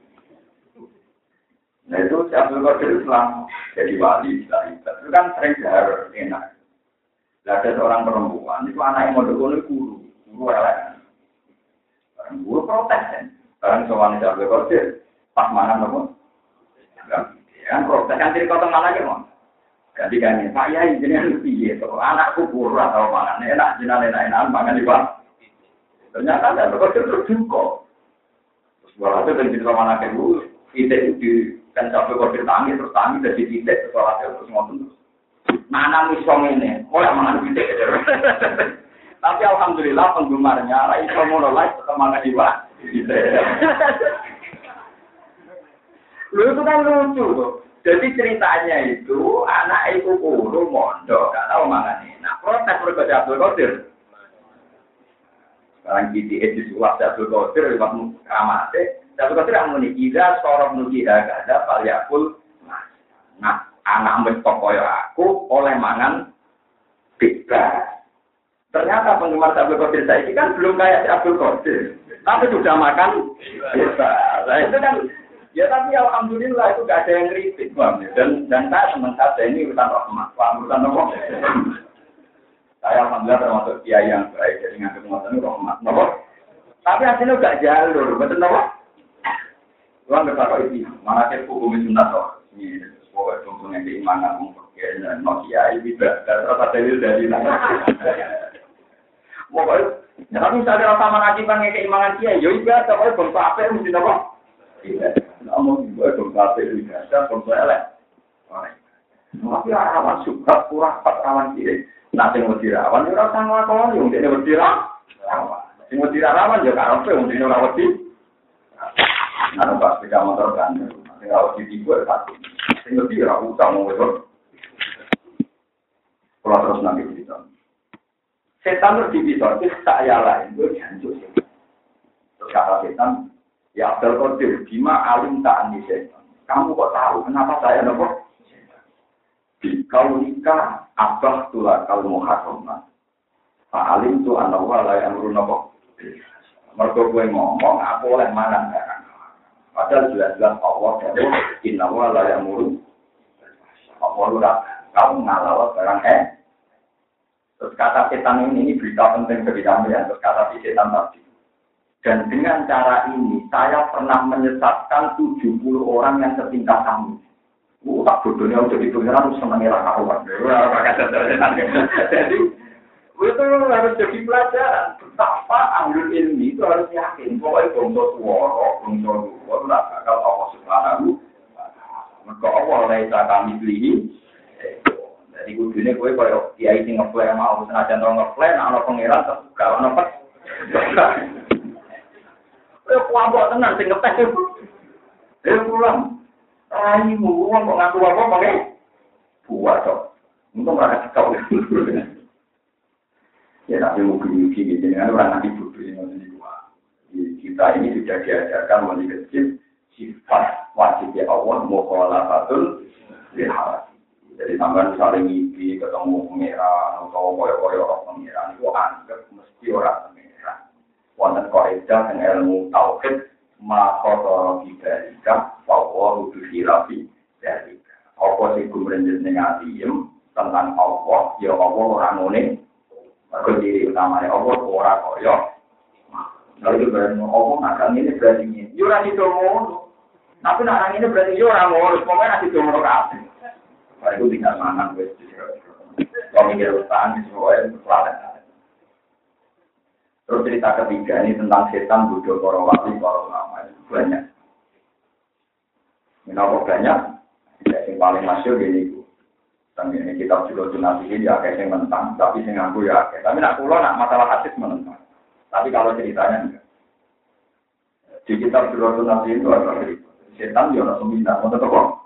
Speaker 2: Nah itu Abdul Qadir Islam jadi wali Islam itu kan sering jahar enak. Nah, ada seorang perempuan itu anak yang mau dulu guru, guru elek. Guru protes kan, sekarang soalnya Abdul Qadir pas mana nopo? Ya protes kan jadi kotong mana gitu. Jadi kan Pak Yai jenengan piye to? Anakku guru atau mana? Enak jenengan enak-enak makan di Pak. Ternyata Abdul Qadir terjungko. Terus walhasil dari cerita mana ke guru, kita itu kan sampai Qadir tangi terus tangi dari titik sekolah terus ngoten terus. Mana misong ini, mulai mangan titik aja. Tapi alhamdulillah penggemarnya ra iso ngono lagi semangat jiwa. Lu itu kan lucu tuh. Jadi ceritanya itu anak ibu guru mondok, gak tahu mangan enak. Protes berbaca Abdul Qadir. Sekarang G T S disulap Abdul Qadir lewat kamate. Abdul Qadir yang muni ida sorong nuki ada palyakul. Nah, anak besok koyo aku oleh mangan bebas. Ternyata penggemar Abdul Qadir saya ini kan belum kayak Abdul Qadir, tapi sudah makan bebas. Nah, itu kan, ya tapi alhamdulillah itu gak ada yang kritik, dan dan saya senang saja ini urusan rahmat, urusan apa? Saya alhamdulillah termasuk kiai yang baik, jadi nganggep ngoten rahmat, napa? Tapi hasilnya gak jalur, betul napa? Tuhan berkata itu, mana kita hukum sunat toh, ini sebuah contoh yang keimanan untuk kiai dan kiai tidak terus ada dari mana. Pokoknya Nah, tapi misalnya rasa mengajiban kayak keimangan dia, ya ibadah, kalau bangsa apa yang mesti apa? Iya, namun gue bangsa apa itu ibadah, bangsa elek. Tapi rawan suka, kurang pas rawan kiri. Nah, yang mesti rawan, ya rasa ngelakuan, yang dia mesti rawan. Yang mesti rawan, ya karena yang mesti rawan di. Nah, pas sepeda motor kan, yang rawan di tiga, satu. Yang mesti rawan, utang mau betul. Kalau terus nanti cerita. Setan itu dipisah, saya lain, gue dihancur. Terus kata setan, ya Abdul Qadir, bima alim ta'ani setan. Kamu kok tahu kenapa saya nopo? Di kau nikah, abah tulah kau muhakkama. Pak alim tu anak wala yang urun nopo. Mereka gue ngomong, aku oleh mana enggak. Padahal jelas-jelas Allah jauh, inna wala yang urun. Allah udah, kamu ngalawat barang eh. Terus kata setan ini, ini berita penting bagi kami ya, terus kata si setan tadi. Dan dengan cara ini, saya pernah menyesatkan tujuh puluh orang yang setingkat kami. Uh, tak bodohnya udah ditunjukkan, harus senangnya karuan. Jadi, itu harus jadi pelajaran. Betapa ambil ilmi itu harus yakin. Pokoknya bongso suara, bongso suara, tidak bakal Allah subhanahu. Maka Allah laisa kami beli. Jadi kudunya gue kalau kiai sing ngeplan mau senajan tau ngeplan ana pangeran terbuka ana apa? Eh kuambok tenan sing ngetes itu. Eh pulang. Raimu wong kok ngaku apa pakai buat tok. Untung ora kau. Ya tapi mungkin gitu dengan orang nanti bodoh ini kita ini sudah diajarkan mulai kecil sifat wajibnya Allah mukhalafatul lil haram. Jadi sampai saling ngisi ketemu pengiran atau koyo-koyo pengiran itu anggap mesti orang pengiran. Wonten kaidah yang ilmu tauhid makotoro bidarika bahwa rudu hilafi dari. Apa sih kumrenjet negatif tentang Allah? Ya Allah orang ngene. Mergo diri utamanya Allah ora koyo. Lalu berarti Allah akan ini berarti ini. Yo ora ditomo. Tapi nak ini berarti yo ora ngono. Pokoknya nanti ditomo kabeh. Kalau itu tinggal mangan, gue kalau mikir usaha, semuanya berkelana. Terus cerita ketiga ini tentang setan, bodoh, korowati, korowama. Banyak. Kenapa banyak? Yang paling masyur ini. Ini kitab juga sunat ini, ya kayak yang mentang. Tapi yang ngaku ya kayak. Tapi nak pulau, nak masalah hadis menentang. Tapi kalau ceritanya enggak. Di kitab juga sunat ini itu ada setan, ya ada seminta. Mau tetap kok?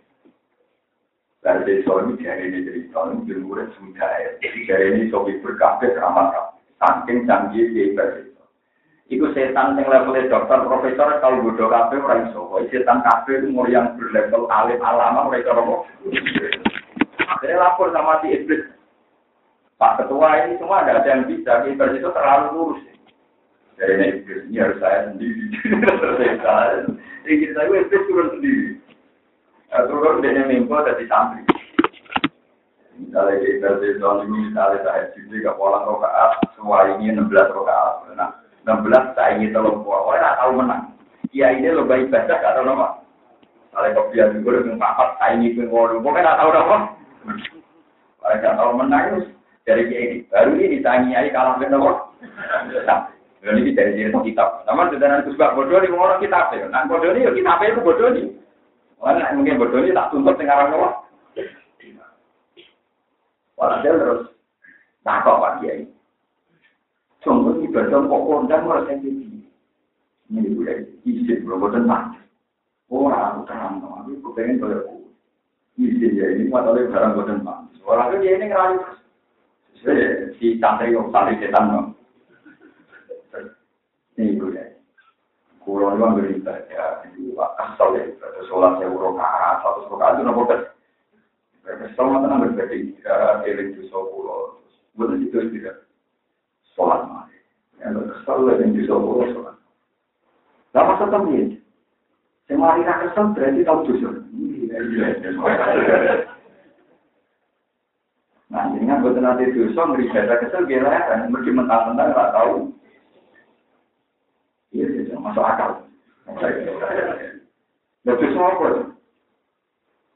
Speaker 2: Dari soal jari ini jadi soal ilmu sudah jari ini sobi berkabeh ramah saking canggih di itu. Iku setan yang levelnya dokter profesor kalau bodoh kabeh orang iso. Setan kabeh itu umur yang berlevel alim alama mereka romo. Akhirnya lapor sama si iblis. Pak ketua ini semua ada yang bisa. Iblis itu terlalu lurus. Dari ini iblis ini harus saya sendiri. Jadi saya iblis turun sendiri. Turun dia mimpi dari santri. Misalnya kita di tahun ini misalnya saya sendiri ke pola rokaat, semua ini enam belas rokaat. Nah, enam belas saya ingin tolong buat. Orang tak tahu menang. Dia ini lebih ibadah atau nama? Kalau kebiasaan juga dengan papat, saya ingin ngomong. Pokoknya tak tahu apa. Kalau tak tahu menang itu dari dia ini. Baru ini ditangi kalah dengan apa? Nah, ini dari dia kitab. Namun sedangkan sebab bodoh ini orang kitab. Nah, bodoh ini kitab itu bodoh ini. Orang mungkin bodoh ini tak tuntut dengan orang tua. Walhasil terus takut Pak Kiai. Contoh ibadah pokok dan orang yang tinggi. Ini boleh izin berbuat tentang. Orang terang tapi aku pengen boleh izin ya ini masalah barang buat tentang. Orang itu dia ini ngerayu terus. Si santri yang santri setan. Ini boleh. Kurang luang beribadah, itu asal ya, sholat sewu rokaat, satu rokaat itu nopo tes. Kesel mata nambah berdiri, tidak eling di sepuluh, bukan itu tidak sholat mati. Yang kesel eling di sepuluh sholat. Lama setem ini, semari nak kesel berarti tahu dosa. Nah, ini kan buat nanti dosa beribadah kesel gila kan, mesti mentang-mentang tak tahu. Iya, masuk akal. Lebih semua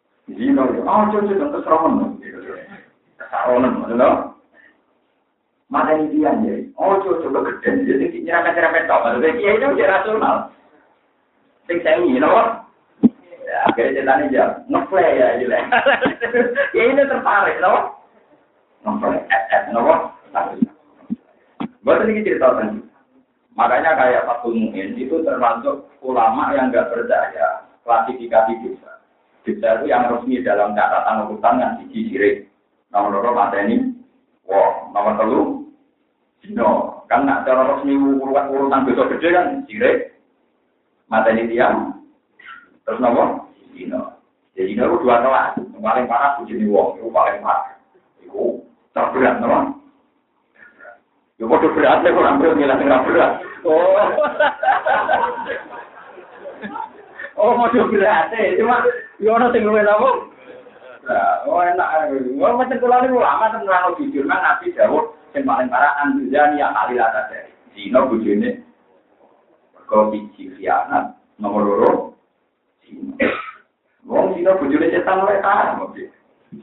Speaker 2: Zino, ah, cuci dan keseraman. Kesaronan, betul? Mata ini dia jadi. Oh, coba gede. Jadi nyerang nyerang tok. Maksudnya kiai itu udah rasional. Sing sengi, no? Ya, akhirnya ceritanya dia ngeplay ya, gila. Ya ini tertarik, no? Ngeplay, eh, eh, no? Buat ini cerita tentang. Makanya kayak Pak Mu'in itu termasuk ulama yang nggak percaya klasifikasi dosa. Dosa itu yang resmi dalam catatan urutan yang siji sirik. Nomor dua mata ini, wah, nomor telu. Dino, kan nak cara resmi urutan dosa gede kan sirik, mateni tiang, terus nopo? Dino. Jadi dino itu dua kelas, yang paling parah bujuni wong, itu paling parah. Itu terberat, nopo? Ya kode berat, ya kurang berat, ngilang nggak berat. Oh, oh mau berat, cuma yono sing luwih nopo? Oh enak, oh macam kula niku lama tenan jujur kan Nabi Dawud. Yang paling parah anjuran yang kali lata dari Zino bujune kau biji khianat nomor loro Zino. Wong Zino bujune cetan oleh tanah mobil.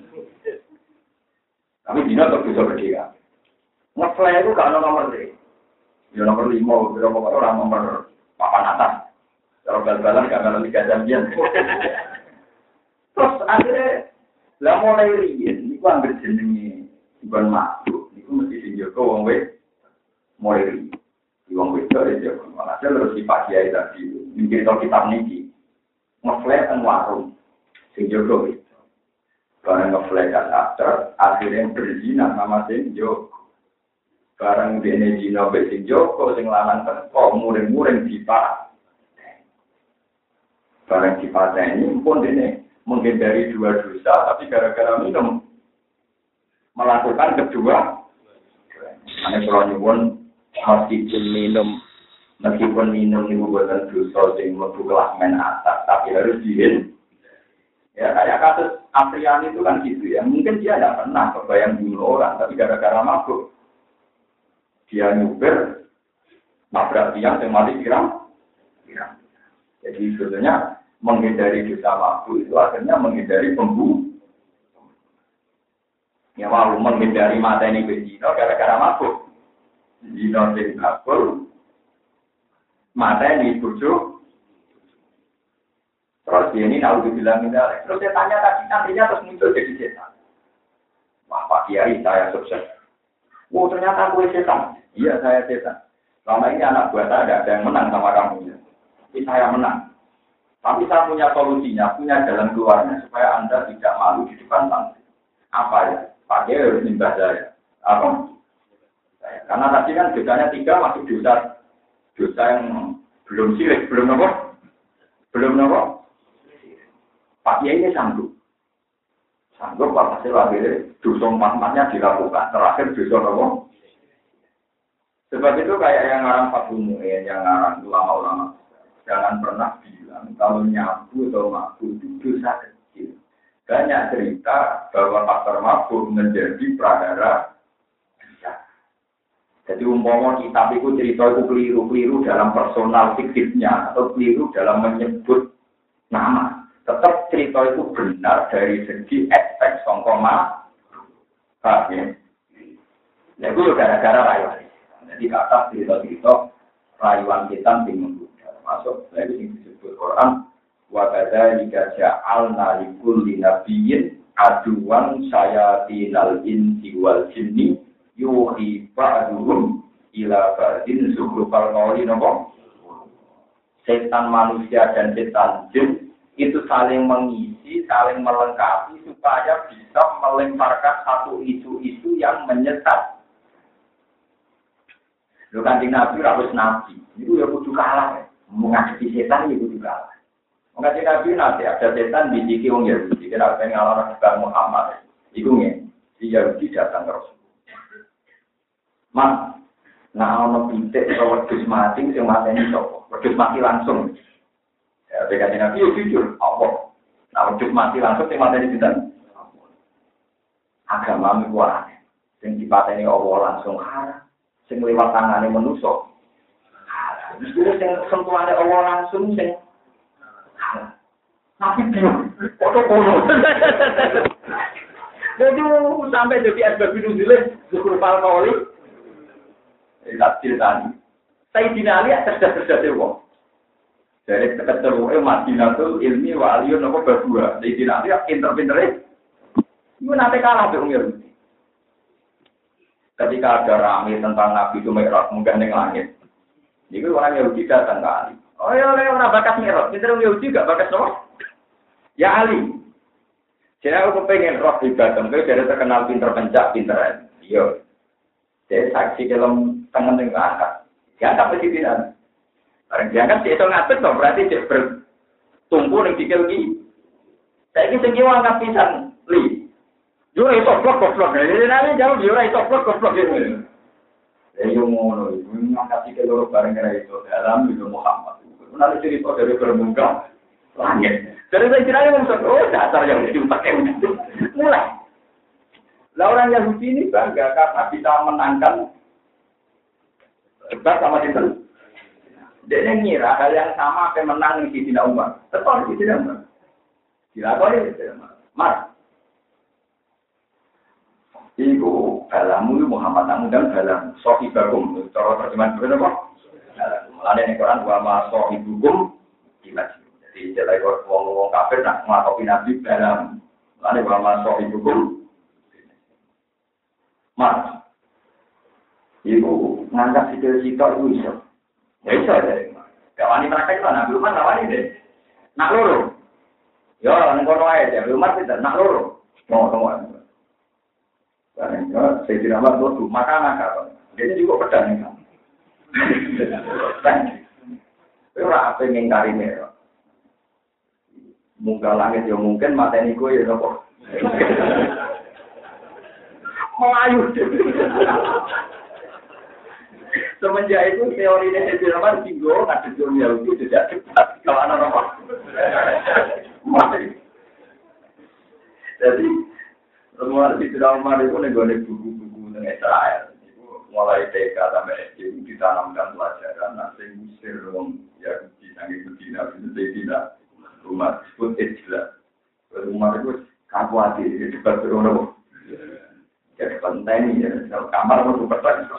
Speaker 2: Tapi Zino tetap bisa berdiri. Ngeplay itu gak ada nomor deh. Ya nomor lima, berapa orang nomor papan atas. Kalau bal-balan gak ada tiga jam. Terus akhirnya lah mulai riyen niku anggere jenenge bukan makhluk. Mesti dijaga wong wis mulai di wong wis dari jaga malah terus di pagi hari tadi mikir tentang kitab niki ngeflash dan warung sing jaga wis barang ngeflash kan after akhirnya berzina sama sing jaga barang dene dina wis sing jaga sing lanang teko muring-muring dipak barang dipateni pun dene menghindari dua dosa tapi gara-gara minum melakukan kedua. Ane kalau nyuwun meskipun minum, meskipun minum itu bukan dosa sing mlebu kelas men atas, tapi harus dihin. Ya kayak kasus Afriani itu kan gitu ya. Mungkin dia tidak pernah kebayang bunuh orang, tapi gara-gara mabuk dia nyuber, nabrak tiang yang mati kirang. Jadi sebetulnya menghindari dosa mabuk itu akhirnya menghindari pembunuh. Ya mau menghindari mata ini berzina gara-gara mabuk. Zina sing akul, mata ini bujuk. Terus dia ini tahu dibilang ini, terus saya tanya tadi nantinya terus muncul jadi setan. Wah Pak Kiai saya sukses. Oh ternyata aku setan. Iya saya setan. Selama ini anak buah saya ada yang menang sama kamu. Tapi saya menang. Tapi saya punya solusinya, punya jalan keluarnya supaya Anda tidak malu di depan santri. Apa ya? Pakai harus nimbah saya. Apa? Karena tadi kan dosanya tiga masuk dosa dosa yang belum sirik, belum apa? Belum apa? Pak Kiai ini sanggup. Sanggup Pak hasil akhirnya dosa empat-empatnya dilakukan. Terakhir dosa apa? Sebab itu kayak yang ngarang Pak Mu'in, yang ngarang ulama-ulama. Jangan pernah bilang kalau nyabu atau mabuk itu dosa kecil. Banyak cerita bahwa faktor mabuk menjadi pradara bisa. Jadi umpama kitab itu cerita itu keliru-keliru dalam personal fiktifnya atau keliru dalam menyebut nama. Tetap cerita itu benar dari segi aspek songkoma. Paham ya? Nah itu gara-gara rayuan. Jadi kata cerita-cerita rayuan kita bingung. Masuk lagi yang disebut Quran. Wa kadzalika ja'alna likulli nabiyyin aduwan sayatinal insi wal jinni yuhi ba'duhum ila ba'din zukhrufal qawli napa setan manusia dan setan jin itu saling mengisi, saling melengkapi supaya bisa melemparkan satu isu-isu yang menyesat. Lho Kanjeng Nabi harus nabi, itu ya kudu kalah. Menghadapi setan itu kudu kalah. Mengkaji Nabi nanti ada setan di sisi orang Yahudi. Kita pengen ngalami Nabi Muhammad. Itu nih, si Yahudi datang ke Rasulullah. Mas, nah ono pintek atau wedhus mati, yang mati ini sopo. Wedhus mati langsung. Ya, mengkaji Nabi ya jujur. Apa? Nah wedhus mati langsung, yang mati ini tidak. Agama itu aneh. Yang dipateni Allah langsung haram. Yang lewat tangannya menusuk. Haram. Itu yang sentuhannya Allah langsung, yang tapi bingung, foto kono. Jadi sampai jadi asbab nuzul zukur palkoli Tak ceritani. Sayyidina Ali cerdas-cerdas wong. Dari keteruwe Madinatul Ilmi wa aliyun apa berdua. Sayyidina Ali pinter-pintere. Iku nanti kalah be umur. Ketika ada rame tentang Nabi itu Mi'raj munggah ning langit. Niku orang Yahudi datang ke Ali. Oh ya, orang bakas Mi'raj. Pinter Yahudi gak bakas apa? Ya Ali. Jadi aku kepengen roh ibadah. Kau jadi terkenal pinter pencak, pinter. Iya. Jadi saksi dalam tangan yang angkat. Diangkat mesti tidak. Orang diangkat dia itu ngatur dong. Berarti dia bertumpu dan dikil lagi. Saya ini sengki angkat pisan. Li. Jura itu blok-blok. Jadi nanti jauh jura itu blok-blok. Jadi yang ngono. Angkat dikil loro bareng kira itu. Dalam itu Muhammad. Nanti cerita dari bermuka. Langit. Jadi saya kira yang maksud, oh dasar yang dipakai. Mulai. Lah orang Yahudi ini bangga karena bisa menangkan debat sama itu. Dia ngira hal yang sama akan menang di Sidina Umar. Tetap di Sidina Umar. Dilakoni di Sidina Umar. Mas. Iku balamu Muhammad Namudan balam sohibakum. Cara terjemahan benar apa? Mulanya ini Quran wa ma sohibukum dimajib. Jadi jelek wong-wong kafir nak nglakopi Nabi balam. Mulanya wa ma sohibukum Mas, ibu ngangkat sikil-sikil itu bisa. Ya bisa deh. Gak wani praktek lah, Nabi Umar gak wani deh. Nak loro. Ya, ini kono aja. Nabi Umar tidak, nak loro. Tunggu-tunggu. Karena saya tidak mampu, maka nakal. Dia juga pedang. Itu apa yang ngingkari merah. Muka langit ya mungkin, mata ini gue ya nopo. Melayu. Semenjak itu teori ini Jerman tinggal nggak dunia itu tidak cepat kalau anak apa. Jadi semua di drama itu negara buku-buku dengan Israel. Mulai T K sampai S D ditanamkan pelajaran nanti Mesir dong ya di sanggih Medina itu tidak rumah disebut Ejla. Rumah itu kakuati di dekat rumah. Jadi penting ya, kamar itu berperan.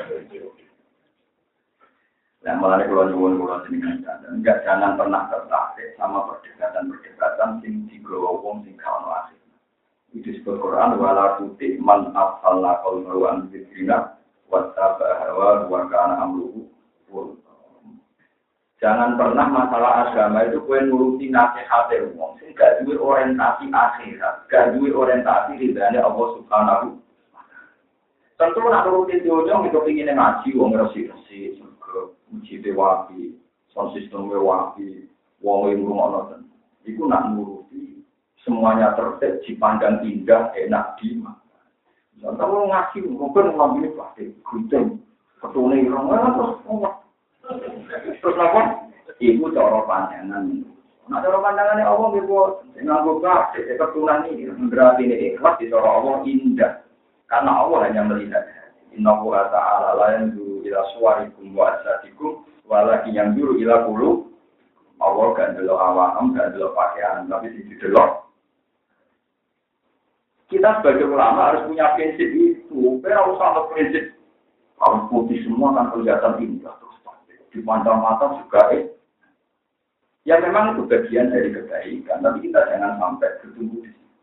Speaker 2: Nah, malah kalau nyuwun-nyuwun sini kan, enggak jangan pernah tertarik sama perdebatan-perdebatan sing digowong sing kawan asik. Itu disebut Quran wala tuti man afalna qalbu an dzikrina wa tabahawa wa kana amruhu. Jangan pernah masalah agama itu kowe nuruti nasihat wong sing gak duwe orientasi akhirat, gak duwe orientasi ridane Allah Subhanahu. Tentu nak nurutin dunia kita ingin ngaji, wong resi-resi, surga, uji dewapi, sound system dewapi, wong yang rumah nonton. Itu nak nuruti semuanya tertib, dipandang indah, enak dimana. Contoh ngaji, mungkin orang ini pasti gunting, ketune irong, terus ngomong. Terus apa? Ibu cara pandangan. Nah cara pandangannya Allah ibu nganggo kak, ketunan ini berarti ini ikhlas di cara Allah indah. Karena Allah hanya melihat Innahu ta'ala la yanzuru ila suwarikum wa asatikum walakin yanzuru ila qulub. Allah kan delok awam, kan delok pakaian, tapi sing didelok. Kita sebagai ulama harus punya prinsip itu. Ora usah ada prinsip harus putih semua kan kelihatan indah terus dipandang mata juga eh. Ya memang itu bagian dari kebaikan, tapi kita jangan sampai bertumbuh di situ.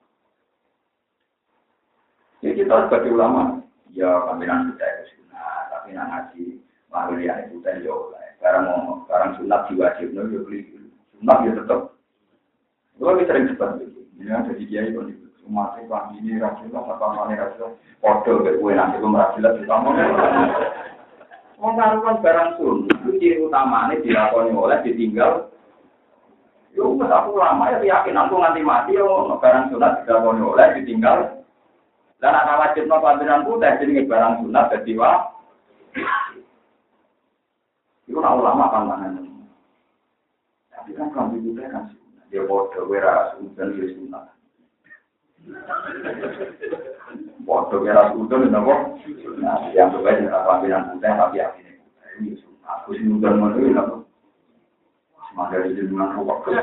Speaker 2: Jadi kita sebagai ulama, ya pimpinan kita itu sunnah, tapi nak ngaji, lalu dia itu tadi jauh lah. Sekarang mau, sekarang sunat diwajib, no, ya beli sunat ya tetap. Kalau kita sering cepat begitu, ya jadi dia itu di umat itu ini rasulullah, apa mana rasulullah, order berkue nanti pun rasulullah kita mau. Mau taruhan barang sunat, ciri utamanya dilakoni oleh ditinggal. Yo, aku ulama ya yakin aku nganti mati yo, barang sunat dilakoni oleh ditinggal. Dan anak wajib no pelajaran putih jadi barang sunat jadi wah. Itu nak ulama pantangan. Tapi kan kami putih kan sunat. Dia bodoh wira sunat dia sunat. Bodoh wira sunat apa? Nah, yang terbaik adalah pelajaran putih tapi yakin ini sunat. Aku sunat mana ini apa? Semangat dari jenengan waktu.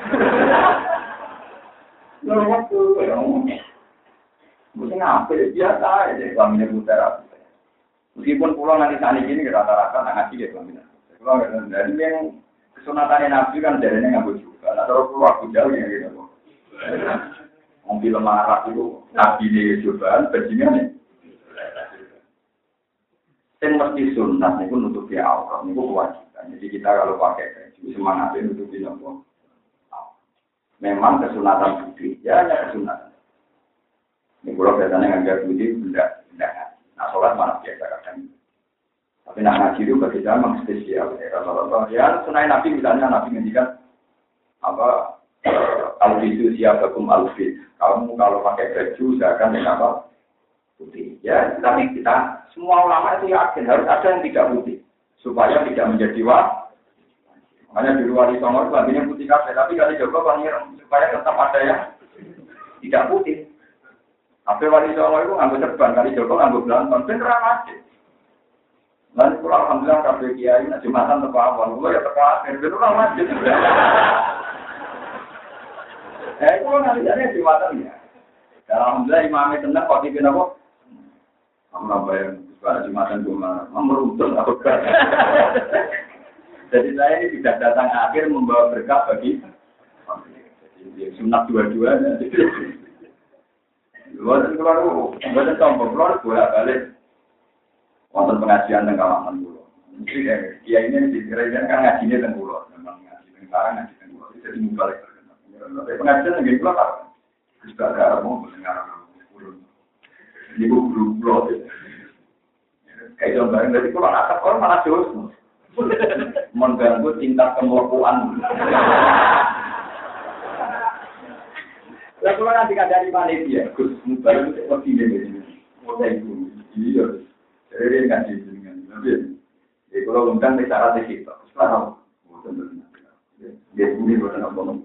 Speaker 2: Lalu waktu yang mungkin apa biasa aja kami putar apa. Meskipun pulau nanti tani gini rata-rata nggak ngaji ya Bang. Pulau dari yang kesunatannya Nabi kan jadinya nggak boleh juga. Nah terus pulau aku jauh ya gitu. Mobil marah itu Nabi ini cobaan bajingan nih. Yang mesti sunat itu nutupi aurat itu kewajiban. Jadi kita kalau pakai baju semangatnya nutupi nopo. Memang kesunatan putih, ya hanya kesunatan. Ini kalau biasanya ngajar putih benda benda. Nah, sholat mana biasa kadang. Tapi nak ngaji itu bagi saya memang spesial. Ya, Rasulullah. Ya, sunai Nabi misalnya Nabi ngendikan apa al-fitu siyabakum al-fit. Kamu kalau pakai baju usahakan yang apa? Putih. Ya, tapi kita semua ulama itu yakin harus ada yang tidak putih supaya tidak menjadi wah. Makanya di luar di Songo bagiannya putih kafe, tapi kali Joko panggil supaya tetap ada yang tidak putih. Apa wali Songo itu nganggo serban, kali Joko nganggo belangkon, beneran aja. Lalu pulang alhamdulillah kafe kiai, nah jumatan tepat awal, gue ya tepat akhir, beneran aja. Eh, itu nanti jadi jumatan ya. Alhamdulillah imamnya tenang, kok di apa? Kamu nambah yang pada jumatan cuma memeruntung atau enggak. Jadi saya ini tidak datang akhir membawa berkah bagi. Jadi sunat dua-duanya. Bukan keluar, bukan tombol keluar, bolak balik. Wonten pengajian tentang kalangan dulu. Jadi dia ini dikira-kira kan ngajinya tentang dulu, memang ngaji tentang ngaji tentang dulu. Jadi mubalik. Pengajian yang gitu lah. Juga ada mau mendengar dulu. Ini guru guru. Kayak contohnya dari pulau atas orang malah jauh. Mengganggu tingkat kemelakuan. Lah kalau nanti dari Malaysia, Gus Mubarak itu seperti ini, mulai dulu, iya, jadi nggak sih dengan nabi. Jadi kalau undang bicara di situ, sekarang, dia ini bukan apa apa.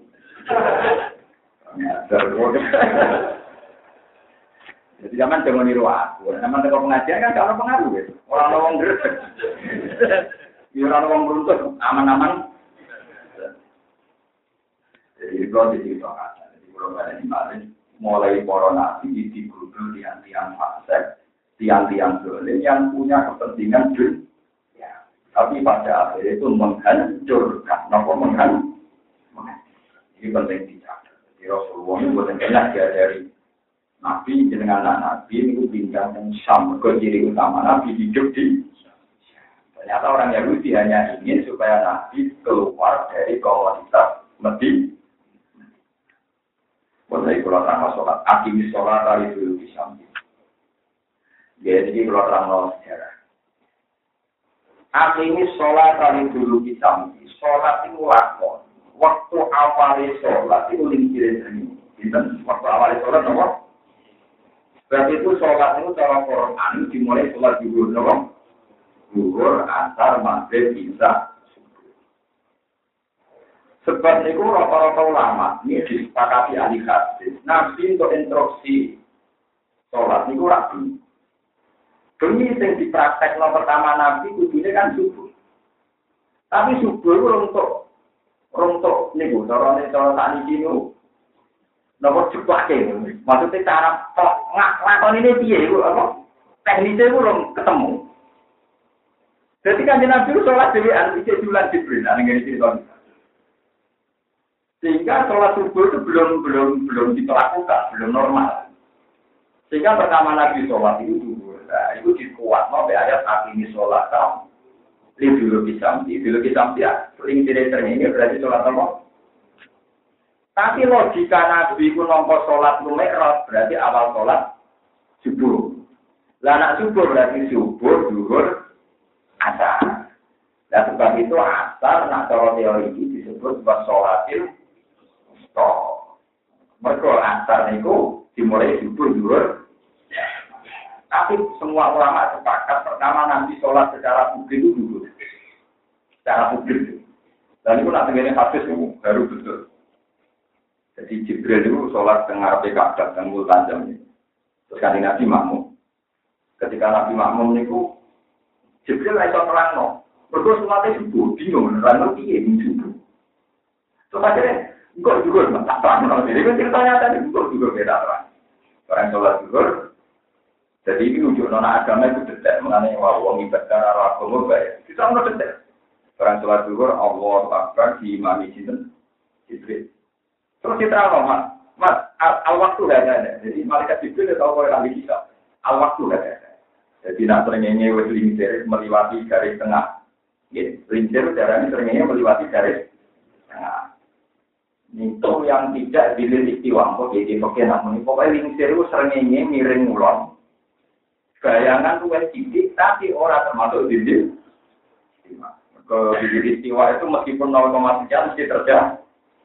Speaker 2: Jadi zaman jangan niru aku, zaman tengok pengajian kan kalau pengaruh gitu, orang lawang gresek, orang lawang beruntung, aman-aman. Jadi kalau di situ mulai corona ini digudul tiang-tiang fase, tiang-tiang dolim yang punya kepentingan dunia. Tapi pada akhirnya itu menghancurkan, nopo menghancurkan. Ini penting dicatat. Jadi Rasulullah ini buatan banyak ya dari Nabi dengan anak Nabi ini tinggal yang sama ke ciri utama Nabi hidup di. Ternyata orang Yahudi hanya ingin supaya Nabi keluar dari komunitas Medina. Mulai kalau terang sholat, akimis sholat dari dulu di samping. Jadi kalau terang sejarah, akimis sholat dari dulu di samping. Sholat itu lakon. Waktu awal sholat itu lingkirin ini. Waktu awal sholat apa? Berarti itu sholat itu cara Quran dimulai sholat zuhur, apa? Zuhur, asar, maghrib, isya. Sebab itu rata-rata ulama ini disepakati ahli hadis. Nabi untuk instruksi sholat itu rapi. Demi yang dipraktek no pertama Nabi kudunya kan subuh. Tapi subuh itu untuk untuk nih bu, cara nih cara tani kinu, nomor cepat keng. Maksudnya cara ngak lakon ini dia itu apa? Teknisnya itu belum ketemu. Jadi kan Nabi itu sholat dewan itu bulan Jibril, ada yang cerita. Sehingga sholat subuh itu belum belum belum dilakukan, belum normal. Sehingga pertama Nabi sholat itu dulu, nah, itu dikuat mau ayat saat ini sholat kamu. Ini biologi sampai, biologi sampai ya, sering tidak ini berarti sholat apa? Tapi logika Nabi itu nomor sholat lumerot berarti awal sholat subuh. Lah anak subuh berarti subuh, zuhur, asar. Dan sebab itu asar, nak cara teori ini disebut sebagai sholatil. Toh, mereka antar niku dimulai subuh zuhur. Tapi semua ulama sepakat pertama nanti sholat secara publik itu dulu, secara publik. Dan itu nanti ini hadis itu baru betul. Jadi Jibril itu sholat tengah P K B dan multan jam ini. Terus kan Nabi makmum. Ketika Nabi makmum niku Jibril lagi terang no. Berdoa sholatnya subuh bingung, terang piye subuh. Terus akhirnya enggak juga, tak terang. Jadi ceritanya tadi enggak juga beda terang. Orang sholat zuhur, Jadi ini wujud nona agama itu detail. Mengenai wawang ibadah arah agama baik. Kita mau detail. Orang sholat zuhur, Allah Akbar di imami sinten Jibril. Terus diterang mas, mas al waktu gak ada. Jadi malaikat Jibril tahu kalau kali kita al waktu gak ada. Jadi nak seringnya wes lincir melewati garis tengah. Gitu. Lincir caranya seringnya melewati garis tengah. Itu yang tidak dilirik istiwa. Kok jadi pakai namun pokoknya lincir itu seringnya miring ulon. Bayangan tuh wes cilik tapi orang termasuk dinding. Ke bibir istiwa itu meskipun nol koma sekian mesti terjadi.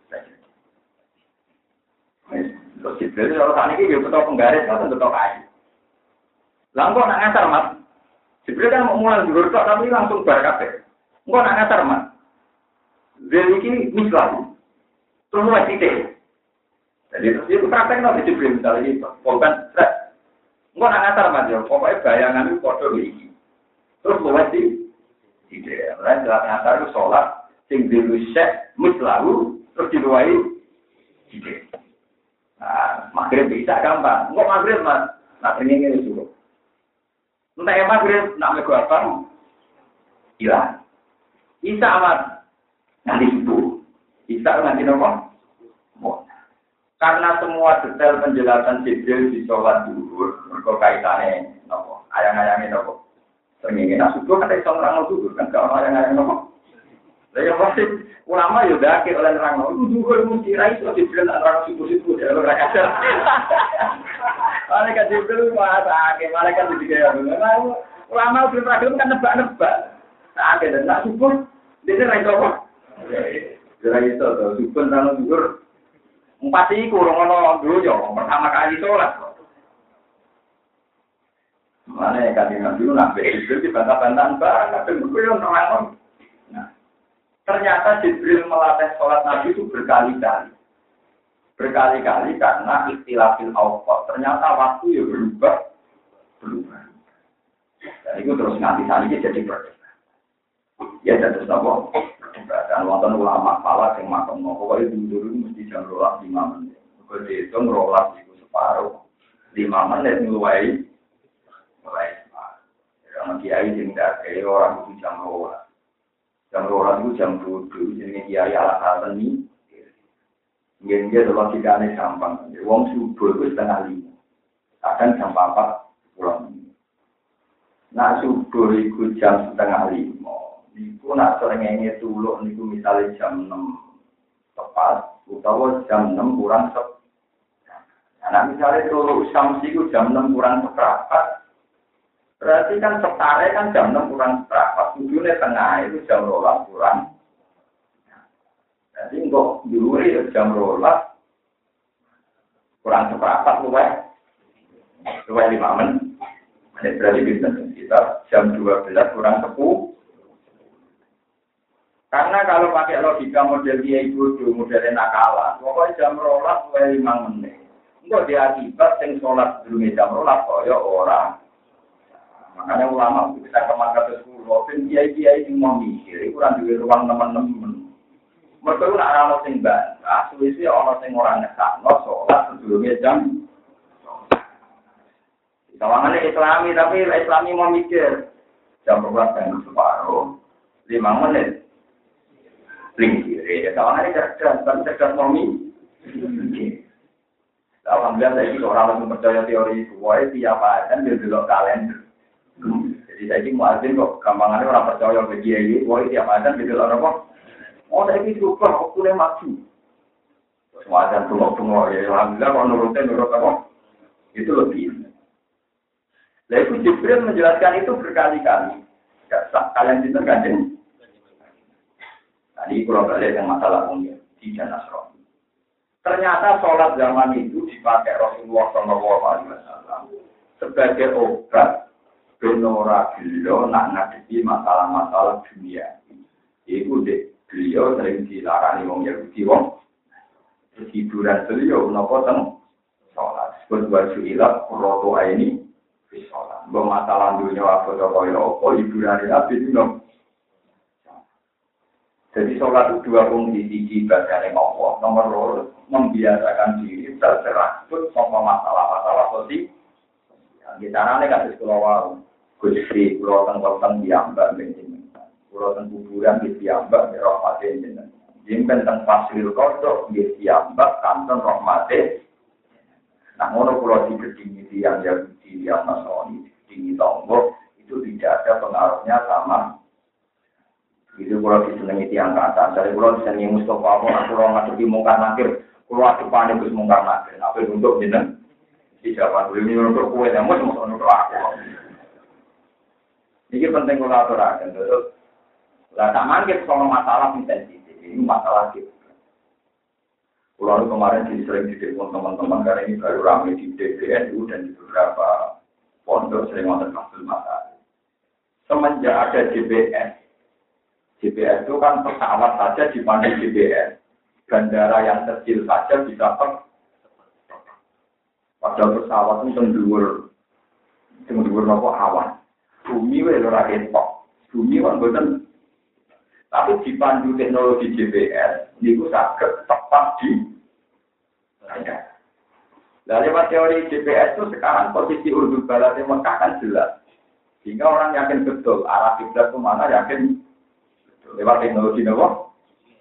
Speaker 2: Terus Jibril kalau saat ini dia betul penggaris kan betul kayu. Langsung nak ngasar mas. Jibril kan mau mulai dulu tapi langsung berkata, enggak nak ngasar mas. Jadi ini misal, terus mulai titik. Jadi terus itu praktek nanti Jibril misalnya ini, bukan stres. Enggak nak ngasar mas ya, pokoknya bayangan itu kodoh ini. Terus mulai titik. Tidak, orang jelas ngasar itu sholat, sing dulu syek, mislalu, terus diluai, tidak. Nah, maghrib bisa gampang. Enggak maghrib, mas. Nah, ini ini juga. Entah yang maghrib, nak mego apa? Hilang. Bisa, mas. Nanti subuh. Bisa nanti nopo. Karena semua detail penjelasan Jibril di sholat dulu, mereka kaitannya nopo. Ayang-ayangnya nopo. Sering nak subuh kan iso nerang subuh kan kalau orang yang ngomong. Lah yang pasti ulama yo dakir oleh nerang itu juga mesti ra iso dibilang nerang subuh-subuh ya ora kadang. Malaikat Jibril masak, malaikat digawe. Ulama belum ragil kan nebak-nebak. Nah, ada nak subuh dia ra iso kok. Ra iso to subuh nang subuh. Empat iki kurang ono dulu yo pertama kali salat. Mana yang kami ngambil nabi Jibril di bantah-bantahan banget, dan orang. Nah, ternyata Jibril melatih sholat Nabi itu berkali-kali, berkali-kali karena ikhtilafil awqat. Ternyata waktu ya berubah, berubah. Dan itu terus nanti saat ini jadi perdebatan. Ya dan terus apa? Perdebatan. Wonten ulama pala yang makan mau pokoknya dulu itu mesti jam rolas lima menit. Kalau dihitung rolas itu separuh lima menit mulai. Mulai karena kiai jendak kiai orang itu jam rolas, jam rolas itu jam tujuh, jadi kiai ala-ala ini, mungkin dia dalam tidak aneh gampang. Wong subuh itu setengah lima, akan jam empat pulang. Nah subuh itu jam setengah lima, itu nak seringnya tuluk, itu misalnya jam enam tepat, atau jam enam kurang sep. Nah misalnya tuluk samsi itu jam enam kurang seperempat. Berarti kan setara kan jam enam kurang seberapa, tujuhnya tengah itu jam rolas kurang. Jadi kok dulu ya jam rolas kurang seberapa luwes, luwes lima menit. Ini berarti bisa sekitar jam dua belas kurang sepuluh. Karena kalau pakai logika model kiai bodoh, modelnya nakalan, pokoknya jam rolas luwes lima menit. Enggak diakibat yang sholat dulu jam rolas kaya orang. Makanya ulama kita kemana ke sepuluh, dan kiai-kiai yang mau mikir, kurang di ruang teman-teman. Mereka itu nak ramah sing bantah, suwi-suwi orang sing orang ngesak, no sholat sebelumnya jam. Kawangannya Islami, tapi Islami mau mikir jam berapa dan separuh, lima menit, lingkir. Kawangannya cerdas, tapi cerdas mau mikir. Alhamdulillah saya ini orang langsung percaya teori itu, wah tiap hari dia dulu kalender. Jadi saya ini muadzin kok gampangannya orang percaya ke dia ini, wah tiap adzan gitu loh apa? Oh saya ini juga waktunya maju. Terus muadzin tunggu-tunggu ya, alhamdulillah kalau nurutnya nurut apa? Itu lebih. Lalu itu Jibril menjelaskan itu berkali-kali. Ya, kalian itu ganjeng. Tadi kalau balik yang masalah umum di Nasrani. Ternyata sholat zaman itu dipakai Rasulullah Shallallahu Alaihi Wasallam sebagai obat. Benora beliau nak ngadepi masalah-masalah dunia. Iku dek beliau sering dilarang wong Yahudi wong. Hiburan beliau nopo teng sholat. Sebut baju ilat roto ini di sholat. Bermasalah dunia apa coba apa hiburan nabi itu dong. Jadi sholat itu dua fungsi tinggi bahasanya Allah. Nomor dua membiasakan diri terserah pun sama masalah-masalah sosial. Di carane kados kula wau. Gusti kula teng-teng diambak bensin. Kula teng kuburan di diambak rahmate jenengan. Jemben teng Faslil Qadha di diambak kanten rahmate. Nah, ngono kula digedingi tiyang Yahudi yang Nasrani, digedingi tonggo itu tidak ada pengaruhnya sama. Itu kula disenengi tiyang kata, dari kula disenengi Mustafa, aku kula ngadepi mungkar nakir, kula adepane Gus mungkar nakir. Apa untuk jeneng? Dijawab dulu ini untuk kowe yang mesti untuk aku. Ini penting kula aturaken, terus lah tak mangke soal masalah sensitif. Ini masalah gitu. Pulau kemarin di sering ditelepon teman-teman karena ini baru ramai di D B N U dan di beberapa pondok sering nonton kasus masalah. Semenjak ada G P S, G P S itu kan pesawat saja dipandu G P S, bandara yang kecil saja bisa per. Padahal pesawat itu tenggur, tenggur nopo awan. Bumi itu ora ketok, bumi kan betul. Tapi dipandu teknologi G P S, itu sangat tepat di ada. Dari lewat teori G P S itu sekarang posisi urdul balat di Mekah kan jelas. Sehingga orang yakin betul arah kiblat kemana yakin betul. Lewat teknologi nopo.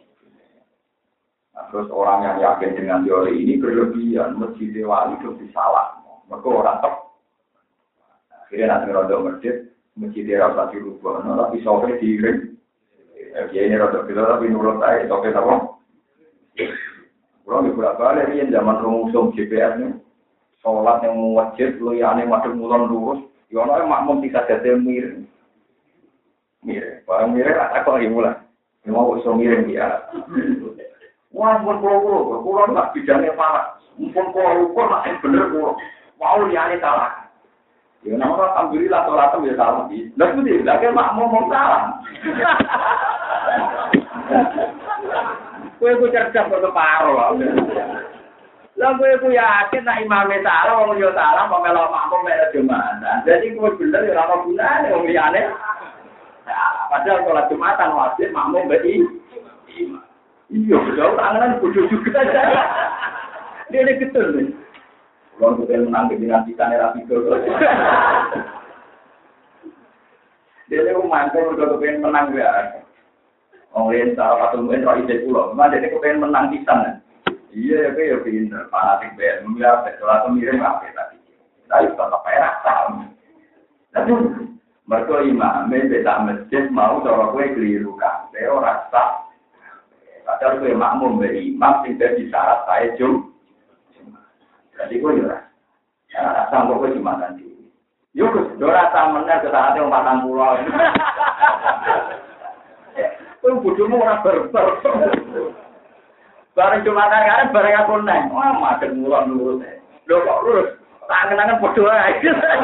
Speaker 2: Nah, terus orang yang yakin dengan teori ini berlebihan, masjid wali itu salah. Maka orang tep. Akhirnya nanti rodok masjid, masjid rasa dirubah, tapi sore diiring. Ya ini rodok kita tapi nurut saya, sore apa? Kalau di Surabaya ini zaman rumusum G P S nih, sholat yang wajib, lu ya aneh madem mulon lurus, ya orang makmum bisa jadi miring, miring, barang miring aku lagi mulai, mau usul miring dia, wah pun pulau pulau, pulau nggak bidangnya parah, pun pulau ukur masih bener pulau, mau dia aneh salah, ya nama alhamdulillah sholatnya bisa salah sih, dan itu dia lagi makmum mau salah. Kowe ku cerdas kok keparo lho. Lah kowe ku yakin nek imame salah wong yo salah kok melok makmum mek Jumatan. Jadi kowe bener yo ora gunane wong liyane. Padahal sholat Jumatan wajib makmum mek imam. Iya, betul tangan bodoh juga. Dia ini betul nih. Kalau kita menang dengan kita nih rapi dulu. Dia ini umangkul udah kepengen menang ya. Orang salah satu mungkin roh ide pulau, mana dia kepengen menang pisan. Iya, ya kayak pinter, fanatik bel, melihat setelah itu mirip apa tadi. Tapi tetap perak sama. Tapi mereka imam, beda masjid mau cara kue keliru kan, dia orang sah. Padahal kue makmum beri imam tidak disyarat saya jum. Jadi kue ya, ya rasa kue cuma nanti. Yuk, dora sama ke saatnya umpatan pulau. Kowe bodohmu ora berber. Bareng Jumatan kan bareng aku neng. Wah, makan mulon lurus. Lho kok lurus? Tangan-tangan bodoh ae.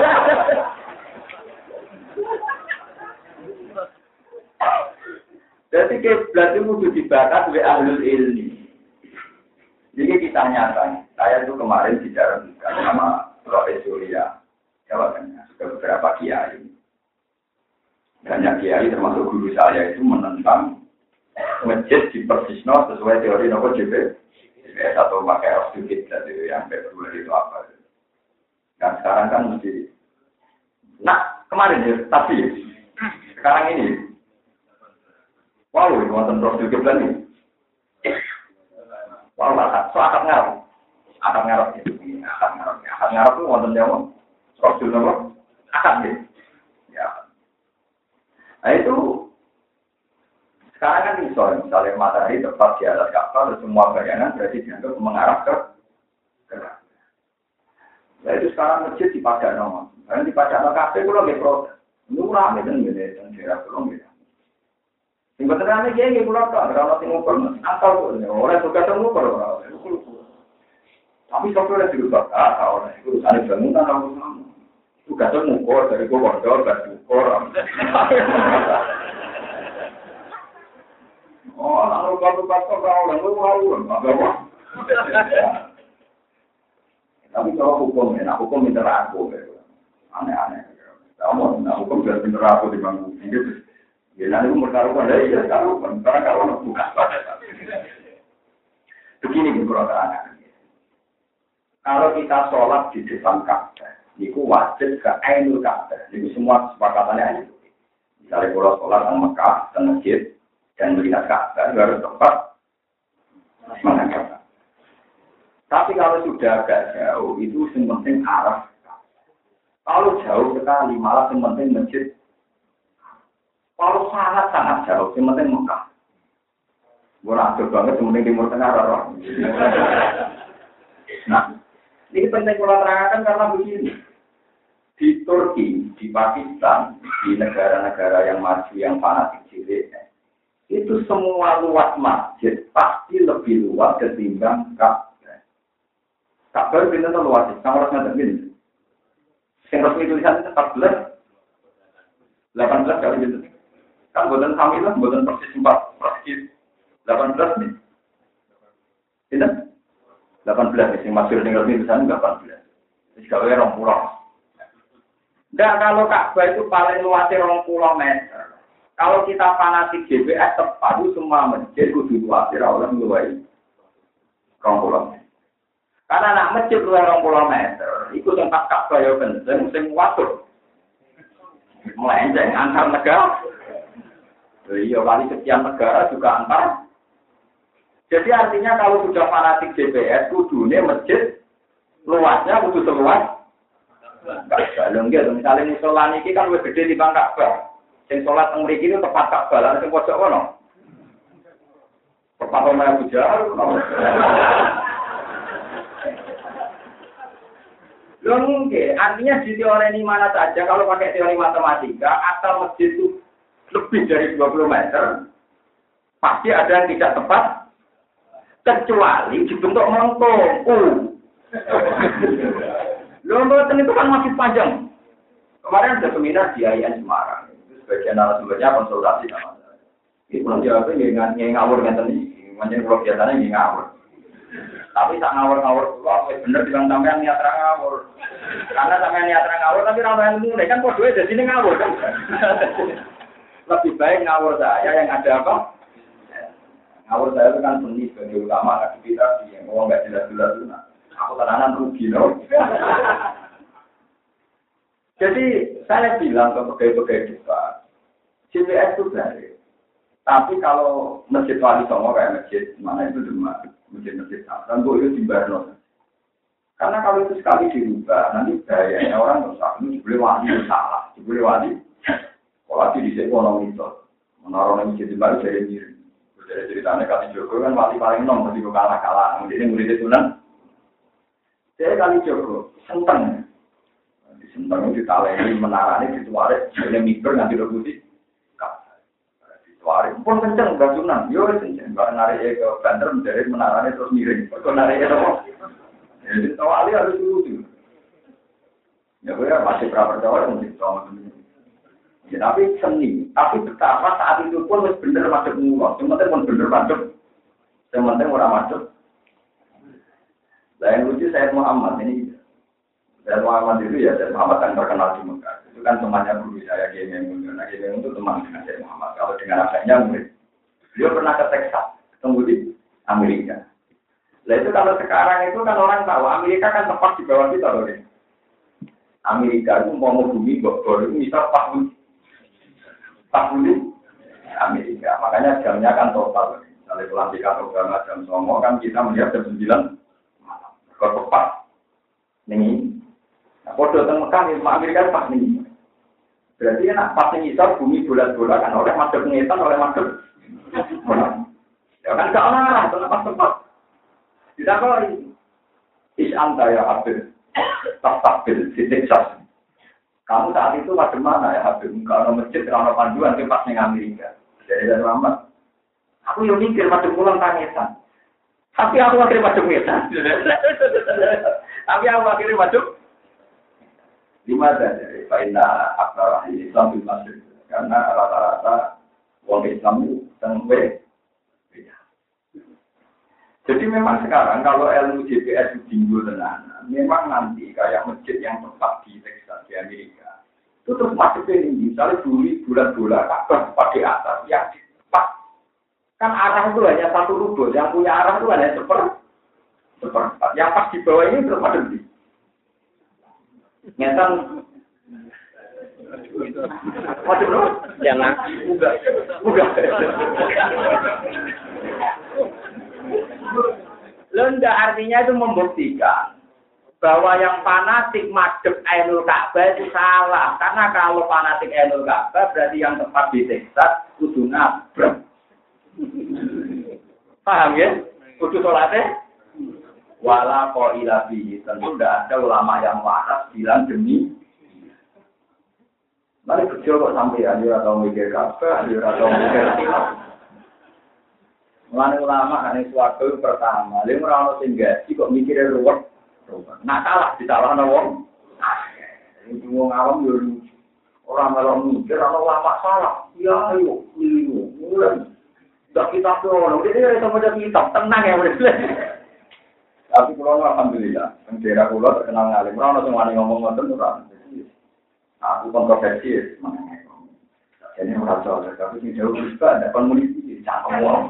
Speaker 2: Jadi kiblat itu kudu dibakar oleh ahlul ilmi. Jadi kita nyata, saya itu kemarin bicara sama Prof. Surya, jawabannya sudah beberapa kiai. Banyak kiai termasuk guru saya itu menentang masjid di Persisno sesuai teori nopo G P S atau pakai roh sedikit dari yang kedua itu apa. Dan sekarang kan mesti, nah kemarin ya, tapi sekarang ini, wow, ini wonten roh sedikit lagi. Wow, akad, so akad ngarep, akad ngarep itu, akad ngarep, akad ngarep itu wonten jawab, roh sedikit nopo, akad ya. Nah itu sekarang kan misalnya, misalnya matahari tepat di atas Ka'bah, semua bayangan berarti dianggap mengarah ke gerak. Nah itu sekarang masjid di Padang, karena di Padang kafe pulau nggak protes, itu ramai dan gede dan daerah pulau gitu. Sehingga ternyata dia nggak pulau kan, karena tinggal pernah asal tuh, orang suka tunggu pernah, tapi sopirnya juga tak tahu, itu ada bangunan apa sama. Bukan semua dari gua bodoh, dari orang. Oh, lalu kalau pastor orang lu mau, apa? Tapi kalau hukum, nah hukum minta aku, aneh-aneh. Kamu, nah hukum sudah minta aku di bangku. Ya nanti umur taruhan dari ya taruhan, karena kalau bukan pada. Begini beberapa anak. Kalau kita sholat di depan Ka'bah. Niku wajib ke Ainul Ka'bah. Niku semua kesepakatannya Ainul. Misalnya kalau sholat di Mekah, di masjid, dan melihat Ka'bah, harus tepat menghadap. Tapi kalau sudah agak jauh, itu yang penting arah. Kalau jauh sekali, malah yang penting masjid. Kalau sangat-sangat jauh, yang penting Mekah. Gue nakjub banget, yang penting Timur Tengah. Nah, ini penting kalau terangkan karena begini. Di Turki, di Pakistan, di negara-negara yang maju, yang fanatik cilik, itu semua luas masjid pasti lebih luas ketimbang Ka'bah. Ka'bah itu luas, sama orang nggak begini. Yang resmi tulisan empat belas, delapan belas kali gitu. Kan buatan kami lah, buatan persis empat, persis delapan belas nih. Tidak? delapan belas, yang masuk yang resmi tulisan delapan belas. Jadi kalau ya orang pulau. Enggak, kalau Ka'bah itu paling luasnya dua puluh meter. Kalau kita fanatik G B S tepat itu semua masjid kudu luasnya oleh luwih dua puluh meter. Karena anak masjid luwih dua puluh meter, itu tempat Ka'bah ya kenceng sing watur. Melenceng antar negara. Iya, kali sekian negara juga antar. Jadi artinya kalau sudah fanatik G B S kudune masjid luasnya kudu seluas Ka'bah. Lho nggih, misale musola niki kan wis gedhe timbang Ka'bah. Sing salat teng mriki niku tepat Ka'bah, lan sing pojok kono. Tepat omah bujar. Lho nggih, artinya di teori mana saja kalau pakai teori matematika, asal masjid itu lebih dari dua puluh meter, pasti ada yang tidak tepat kecuali dibentuk melengkung. Uh. Lomba itu kan masih panjang. Kemarin ada seminar di I A I N Semarang. Itu sebagian narasumbernya konsultasi sama saya. Ini pulang jawabnya nggak ngawur nggak tadi. Macam kalau biasanya nggak ngawur. Tapi tak ngawur-ngawur dulu, aku bener bilang sampean niat terang ngawur. Karena sampean niat terang ngawur, tapi ramai mulai kan podoe jadi sini ngawur kan. Lebih baik ngawur saya yang ada apa? Ngawur saya itu kan seni sebagai utama aktivitas yang uang nggak jelas-jelas itu. Aku tenanan rugi loh. Jadi saya bilang ke pegawai-pegawai kita, G P S itu baik. Tapi kalau masjid Wali Songo kayak masjid mana itu cuma masjid-masjid Asram, itu dibarno. Karena kalau itu sekali dirubah, nanti bahayanya orang rusak. Ini boleh wali salah, boleh wali. Kalau di sini ekonomi itu, menaruh masjid di baru dari diri. Dari ceritanya kali Joko kan wali paling nom, mesti kalah-kalah. Jadi murid itu nan. Saya kali Joko, senteng. Di senteng itu ditaleni, menarani, dituarik, jadi mikir, nanti rebuti. Dituarik, pun kenceng, gak sunan. Yo, kenceng. Gak narik ke banter, menjadi menarani terus miring. Kok narik ke apa? Jadi tawali harus dulu. Ya, gue masih pernah percaya, mungkin sama temen. Ya, tapi seni. Tapi betapa saat itu pun harus bener masuk mulut. Yang penting pun bener masuk. Yang penting orang masuk. Lain lucu Sayyid Muhammad ini. Sayyid Muhammad itu ya Sayyid Muhammad yang terkenal di Mekah. Itu kan temannya guru saya Kiai Maimun. Nah, Kiai Maimun itu teman dengan Sayyid Muhammad. Kalau dengan adanya murid. Beliau pernah ke Texas, ketemu di Amerika. Nah itu kalau sekarang itu kan orang tahu Amerika kan tepat di bawah kita loh. Amerika itu mau bumi Bogor itu bisa empat puluh empat puluh Amerika. Makanya jamnya kan total. Kalau pelantikan Obama jam sembilan kan kita melihat jam sembilan. Kau tepat, nih. Nah, kode tengah Mekah, Amerika pas nih. Berarti kan pas nih isar bumi bulat-bulat kan oleh masuk ngetan oleh masuk. Ya kan ke arah tempat-tempat. Tidak kali. Is anta ya Habib, tak takbil di Texas. Kamu saat itu pada mana ya Habib? Kalau masjid kalau panduan ke pas nih Amerika. Jadi dari Muhammad. Aku yang mikir pada pulang tangisan. Tapi aku akhirnya masuk medan. Tapi aku akhirnya masuk lima dari Faina Akbar Islam di masjid. Karena rata-rata orang Islam itu tengwe. Jadi memang sekarang kalau ilmu G P S tinggal tenanan, memang nanti kayak masjid yang tepat di Texas di Amerika itu terus masuk ke ini. Misalnya dulu bulan-bulan Ka'bah pakai atas yang tepat. Kan arah itu hanya satu rubus, yang punya arah itu hanya seper, seperempat. Yang pas di bawah ini terus ada di. Ngetan. Waduh bro,
Speaker 3: Jangan.
Speaker 2: udah, udah. Lenda artinya itu membuktikan bahwa yang fanatik madhep Ainul Ka'bah itu salah. Karena kalau fanatik Ainul Ka'bah berarti yang tepat di Texas kudu nabrak. Paham ya? Kudu sholatnya wala qaila bihi. Tentu tidak ada ulama yang waras bilang demi. Mari kecil kok sampai anjir atau mikir Ka'bah, anjir atau mikir Tilak. Mulane ulama kan suatu pertama, lha ora ono sing gaji kok mikire ruwet. Nah salah disalahno wong. Iki wong awam yo ora melok mikir ana ulama salah. Ya ayo, niku. Mulai dak kita ono, dene iso maca kitab tenang ya, Mas. Tapi kula alhamdulillah, teng daerah kula terkenal ngalim. Ora ono sing wani ngomong ngoten ora. Aku kontroversi, jadi orang tua, tapi si jauh juga ada komunikasi, cakap uang.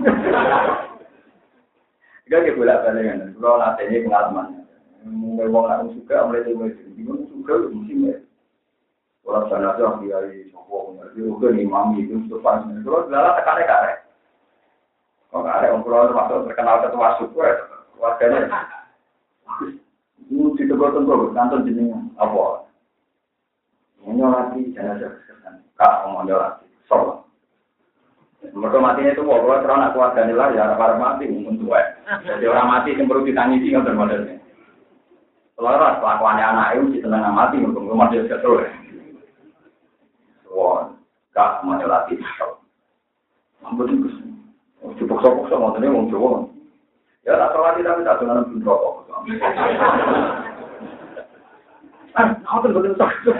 Speaker 2: Kita ke bolak balik kan, kalau nanti ini pengalaman, mulai uang aku suka, mulai mulai jadi suka, mesti mulai. Kalau sana tuh aku dari Joko, dari Joko nih mami itu suka, kalau dalam tekan karek, kalau karek orang termasuk terkenal ketua suku, warganya, itu tidak betul kantor jenengan apa? Menyolati jenazah kesan, kak mau menyolati, sholat. Mereka matinya itu mau keluar terus anak keluarga nilai ya para mati untuk tua. Jadi orang mati yang perlu ditangisi kan termodelnya. Kalau kelakuannya anak itu si tenang mati untuk rumah dia terus. Wah, kak mau menyolati, sholat. Ambil itu, cukup sokok sama tadi mau coba. Ya tak sholat tapi tak dengan pun rokok. Ah, aku tuh betul betul.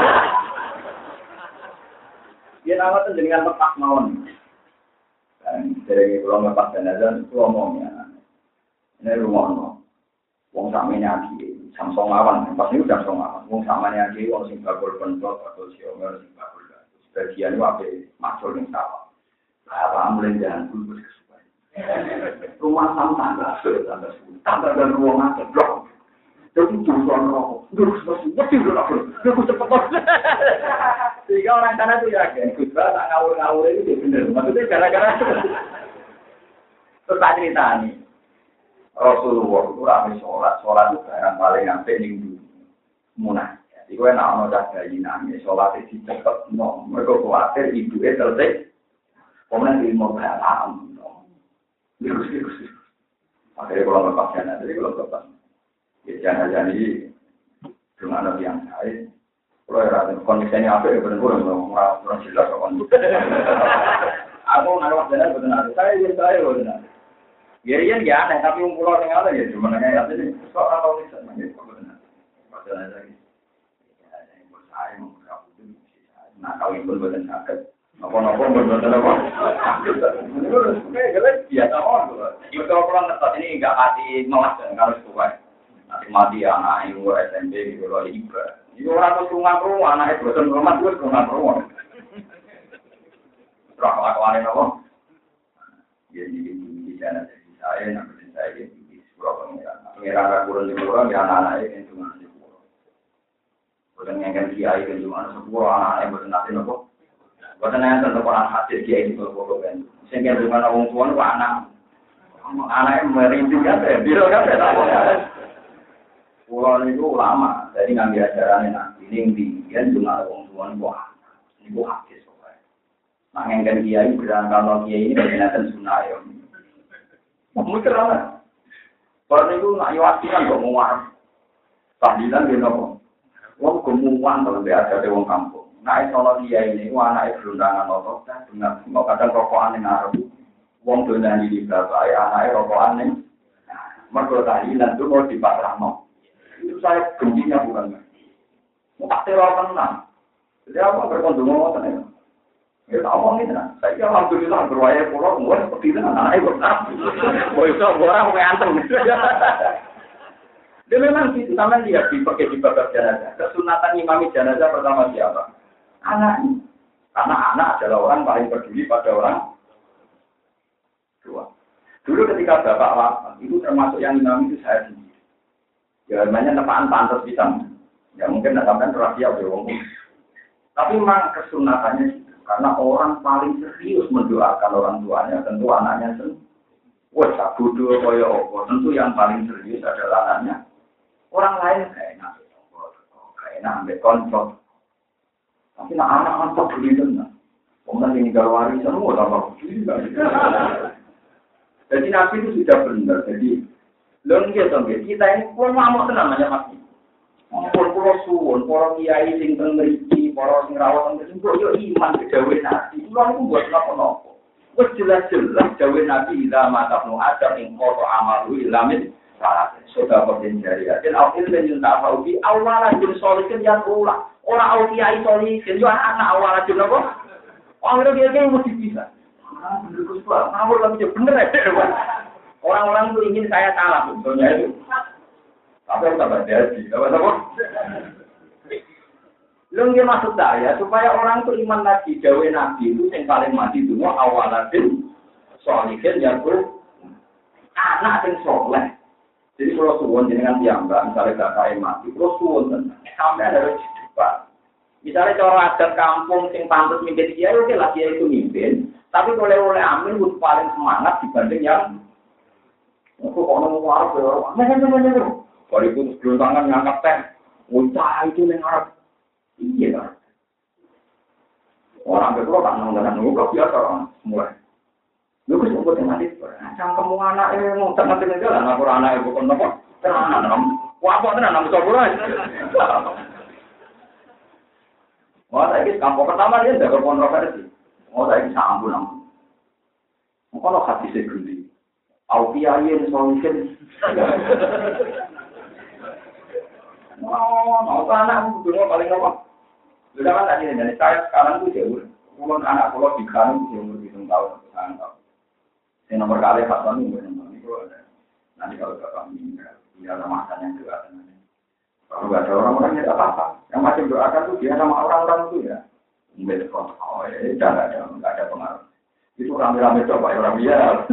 Speaker 2: Dia nama tuh dengan lepas mawon. Dan dari pulau lepas jenazah itu ngomongnya, ini rumah no, wong samanya lagi, Samsung awan, pasti udah Samsung awan. Wong samanya lagi, wong sing bakul pentot atau siomer sing bakul. Sebagian itu apa? Macul yang sawah. Apa ambil jangan dulu kesukaan. Rumah sama tangga, tangga tangga dan ruang aja blok. Jadi tujuan rokok, terus masih mesti berlaku, terus cepat. Sehingga orang sana tuh yakin, kita tak ngawur-ngawur itu benar. Maksudnya gara-gara terus tak cerita nih, Rasulullah itu ramai sholat, sholat itu barang paling apik ning dunia. Munah. Jadi gue nak mau jaga jinami, sholat itu cepet, no. Mereka khawatir ibu itu selesai, kemudian ilmu paham, no. Terus-terus. Akhirnya kalau lepas jana, jadi kalau lepas. Ya jangan jadi dengan anak yang lain. Kalau ada koneksinya apa ya benar-benar orang orang jelas kan. Aku ngaruh benar benar. Saya jadi saya benar. Jadi ya aneh tapi umpulan yang ada ya cuma nanya ini soal kalau bisa nanya benar. Masalah lagi. Ya yang bersai mengkabu itu. Nah kalau itu benar sakit. Apa-apa benar apa? Terus kayak gila biasa orang. Itu kalau ngetat ini enggak hati malas dan harus kuat. Nanti mati anak yang gue S M P gitu loh iba. Itu orang tuh rumah-rumah, anaknya bosan rumah gue rumah-rumah. Terus kelakuannya apa? Ya jadi di sana jadi saya, nanti saya jadi di sekolah pengiran. Pengiran gak kurang di sekolah, di anak-anaknya yang cuma di sekolah. Bosan ngengken kiai kan cuma sekolah, anak-anaknya bosan nanti nopo. Bosan yang tentu orang hasil kiai di sekolah kan. Sehingga cuma orang tua itu anak. Anaknya merintih kan, biar kan tidak. Pulau itu ulama, jadi ngambil ajarannya nanti ini tinggian cuma orang tua buah, ini buah habis soalnya. Nah yang kan kiai berangkat kalau kiai ini berkenaan sunnah ya. Mungkin lah. Kalau itu nak yuasikan kok muar, tahdilan dia nopo. Wong kemuan kalau dia ada di wong kampung. Nah kalau kiai ini anak itu berundangan nopo, dengan mau kadang rokokan yang Arab. Wong dolan di belakang, anak rokokan yang. Mereka tahdilan itu mau dipasrah no. Itu saya gencinya bukan. Mau tak teror tenang. Jadi apa berkondom mau tenang. Ya tak omong ini tenang. Saya alhamdulillah berwaya pulau, mulai seperti itu anak-anak bertahap. Mau itu orang mau anteng. Dia memang itu sama dia dipakai di babak jenazah. Kesunatan imami jenazah pertama siapa? Anaknya. Karena anak adalah orang paling peduli pada orang tua. Dulu ketika bapak wafat, itu termasuk yang imami itu saya sendiri. Ya, namanya tepaan pantas bisa. Ya mungkin tidak sampai rahasia wong. Tapi memang kesunatannya itu karena orang paling serius mendoakan orang tuanya tentu anaknya sendiri. Wah, sabudu kaya apa? Tentu yang paling serius adalah anaknya. Orang lain kayak enak, kayak enak ambil kontrol. Tapi nak anak mantap beli tenang. Kemudian ini kalau warisan semua tambah beli. Jadi nabi itu sudah benar. Jadi lengket kita ini pun mau namanya mati. Pun pulau suwon, pulau kiai sing tengriki, pulau sing rawat tengriki, yo iman ke dawe nabi. Pulau itu buat apa-apa. Wes jelas-jelas dawe nabi ila matafnu adam ing koto amalu ilamin salat. Sudah berjen jariah. Dan awil menjun ta'faubi awalajun solikin yang ulah. Orang awal kiai solikin, yo anak awalajun apa? Orang itu dia mesti bisa. Ah, bener Gus Pak, ngawur lagi bener ya. Orang-orang itu ingin saya salah sebetulnya itu. Tapi aku tak berjadi, apa-apa. Lalu dia maksud saya, supaya orang itu iman lagi, dawe nabi itu yang paling mati dulu, awaladin, solihin, ya bro, anak yang soleh. Jadi kalau suwon jenengan piyambak, misalnya gak kaya mati, kalau suwon sampai ada depan. Misalnya cara adat kampung, yang pantas mimpin dia, oke lah dia itu mimpin. Tapi kalau oleh amin, itu paling semangat dibanding yang aku kok nemu warung, nemu-nemu-nemu. Kalau itu sebelum tangan ngangkat teh, ucah itu yang Arab. Iya kan? Orang berpura tak nongkrong nongkrong biasa orang mulai. Lu kes umpet yang mati. Cangkem anak eh mau tak mati negara. Anak orang anak ibu kon nopo. Tenan nam. Wah apa tenan nam sobor aja. Wah saya kis kampung pertama dia tidak kontroversi. Oh saya kis ampun ampun. Kalau hati saya gede. Aukiayen solution. Oh, mau anak aku dulu paling apa? Sudah kan tadi dari saya sekarang tuh jauh. Kalau anak kalau di kanan jauh lebih tahun sekarang tahu. Saya nomor kali kapan nih nomor ini kalau ada. Nanti kalau bapak meninggal, dia ada masanya juga. Kalau nggak ada orang-orang ya apa-apa. Yang macam doakan tuh dia sama orang-orang itu ya. Mungkin oh ya jangan ada nggak ada pengaruh. Itu rame-rame coba orang dia.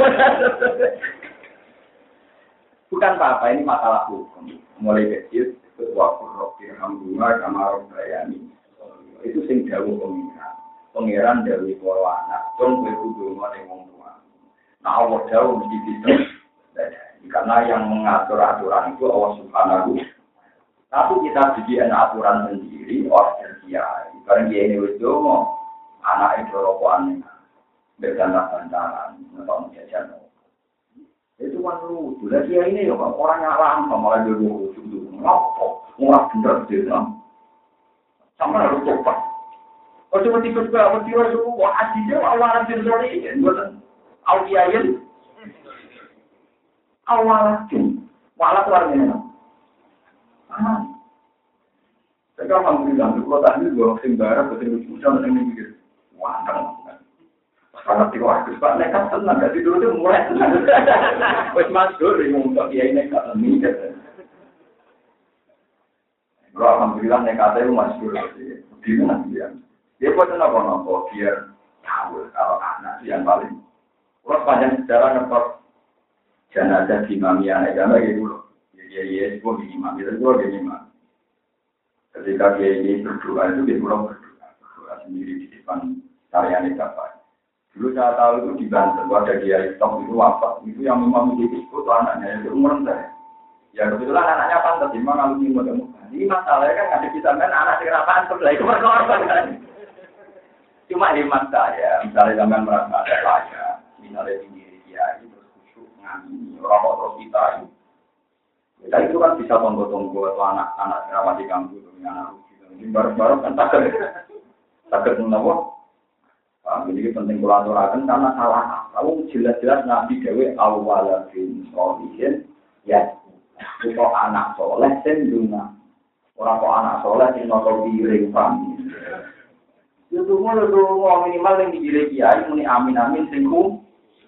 Speaker 2: Bukan apa-apa ini masalah hukum. Mulai kecil ketua kurok alhamdulillah kamar bayani itu sing jauh pengiran pengiran dari para anak dong kowe kudu ngene wong tua. Nah Allah jauh mesti bisa karena yang mengatur aturan itu Allah Subhanahu. Tapi kita bikin aturan sendiri orang kiai bareng kiai ini wis dongo anak itu rokokan bergandak-gandakan nonton jajan. Itu kan lu, sudah dia ini ya orang nyalam, malah dia dulu dulu ngapa, ngapa bener dia, sama harus coba. Kalau cuma tikus gak berarti harus wah asyik awalan sendiri, bukan audiayen, awalan, malah keluarnya. Ah, sekarang alhamdulillah, kalau tadi gua sembara, betul betul macam ini mikir, wah kan. Karena tiga hari sebab nekat tenang, jadi dulu itu mulai tenang. Wes masuk, untuk kiai nekat ini. Alhamdulillah nekatnya itu masuk. Di mana dia? Dia pun tenang nopo biar tahu kalau anak yang paling. Kalau sepanjang sejarah ngetok jenazah di mamia negara gitu loh. Dia dia itu imam, itu juga dia imam. Ketika dia ini berdoa itu dia pulang berdoa, berdoa sendiri di depan tarian negara. Dulu saya tahu itu di Banten, ada dia hitam itu wafat. Itu yang memang menjadi itu anaknya, itu umur rendah. Ya kebetulan anaknya pantas, memang kalau ini mudah-mudahan. Ini masalahnya kan ada bisa main anak segera pantas, lah itu berkorban kan. Cuma hemat saya, misalnya zaman merasa ada saya, misalnya tinggi dia, itu terus khusyuk, ngamini, orang terus kita. Kita itu kan bisa tonggo-tonggo atau anak-anak segera di kampung, anak lucu. Ini baru-baru kan takut, takut menawar. Ah, jadi penting kolaborasi karena salah. Lalu jelas-jelas Nabi Dewi awal bin Solihin, ya, itu anak soleh sendiri. Orang kok anak soleh sih notol piring pami. Itu semua itu mau minimal yang dijilik kiai muni amin amin singgung.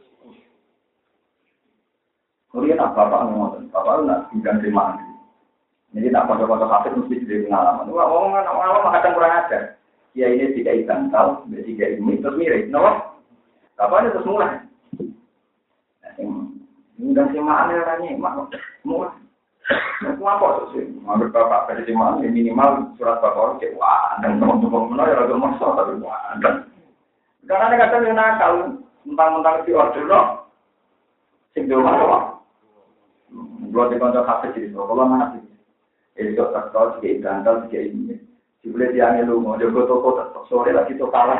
Speaker 2: Kemudian apa bapak ngomong, bapak nak tinggal di mana? Jadi tak foto-foto hafid mesti jadi pengalaman. Wah, omongan orang kadang kurang ajar. Ya ini tiga ikan tal, tiga ini terus mirip, no? Kapan itu mulai? Udah sih mana orangnya, mak mulai. Kenapa sih? Menurut bapak dari mana minimal surat bakor cek wah dan teman-teman mana ya agak maksa tapi wah dan karena ada kata yang nakal mentang-mentang si order no, sing dua mana? Dua di kantor kafe jadi kalau mana sih? Itu terkait juga ikantal juga ini. Boleh diambil lu mau jago toko tetap sore lagi tuh kalah.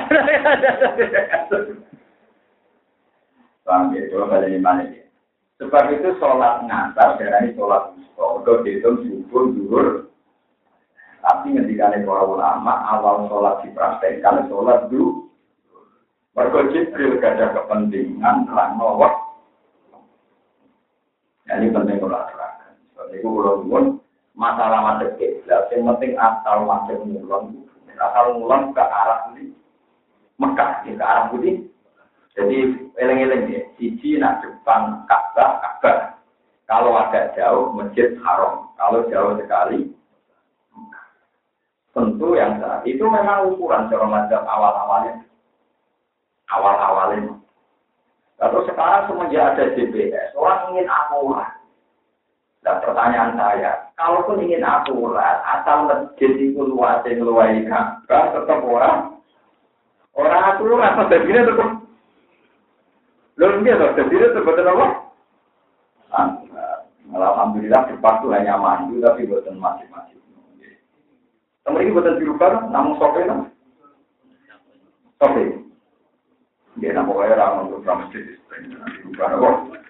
Speaker 2: Bang itu ada di mana dia? Sebab itu sholat ngantar darah ini sholat musuh. Udah dihitung subuh zuhur. Tapi ngendikane para ulama awal sholat dipraktekkan sholat dulu. Mergo Jibril gak ada kepentingan lan nolak. Ini penting kalau terangkan. Sebab itu kalau pun masalah macet kiblat, yang penting asal macet mulon, asal mulon ke arah ini, Mekah ke arah putih. Jadi eleng-eleng ya, siji nak depan Ka'bah, Ka'bah. Kalau agak jauh Masjid Haram, kalau jauh sekali tentu yang salah. Itu memang ukuran cara mazhab awal-awalnya. Awal-awalnya. Lalu sekarang semenjak ada G P S, orang ingin akurat. Dan pertanyaan saya, kalaupun ingin akurat, asal masjid itu luasnya ngeluai Ka'bah, tetap orang orang akurat, sebetulnya tetap. Lalu dia sebetulnya sebetulnya apa? Alhamdulillah depan itu hanya maju, tapi buatan masing-masing. Teman ini buatan dirubah, namun sopir kan? Sopir. Dia nak pokoknya orang untuk masjid dirubah, apa?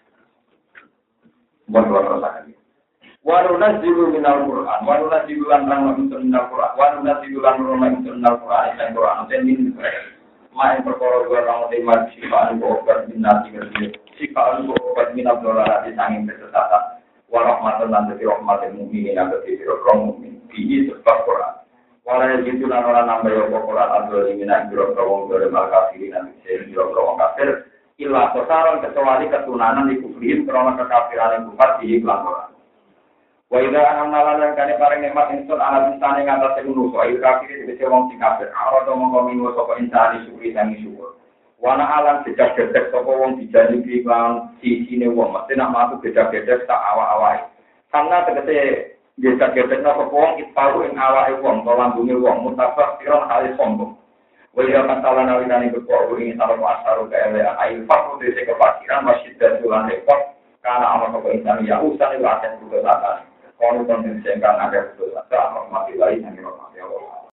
Speaker 2: Buat luar rasakan. Waruna jiru minal Quran, waruna jiru lan rang minal Quran, waruna jiru lan rang minal Quran, yang Quran tenin main perkara dua orang lima sifaan obat minati kerja, sifaan obat minal dolar di sanging kesesatan, warahmatan dan dari rahmatin mukminin yang berkiri orang mukmin, ini sebab Quran. Walau jitu lan orang nambah yang Quran adalah minat jurok rawong dari malkafirin dan seri jurok rawong kafir, ilah kosaran kecuali ketunanan di kufrin karena kekafiran yang kuat di iklan Quran. Wa idza anamna lan kane pareng nikmat ingsun ana insane ngatas gunung so ayo kafir dhewe wong sing kafir ora to mongko minggu sapa insane syukur sang syukur wana alam jejak-jejak sapa wong dijanji iklan sisine wong mesti nak matu jejak-jejak tak awak-awake karena tegese jejak-jejak sapa wong ipau ing awake wong to lambunge wong mutafak sira kali sombong wa idza masalah nalikane kok ing sareng asaru kae ayo fakku dhewe kepakiran masjid dan tulan repot karena amal kok insan ya usah ilaten kudu kono konten sing kan ada betul, ada mati lain yang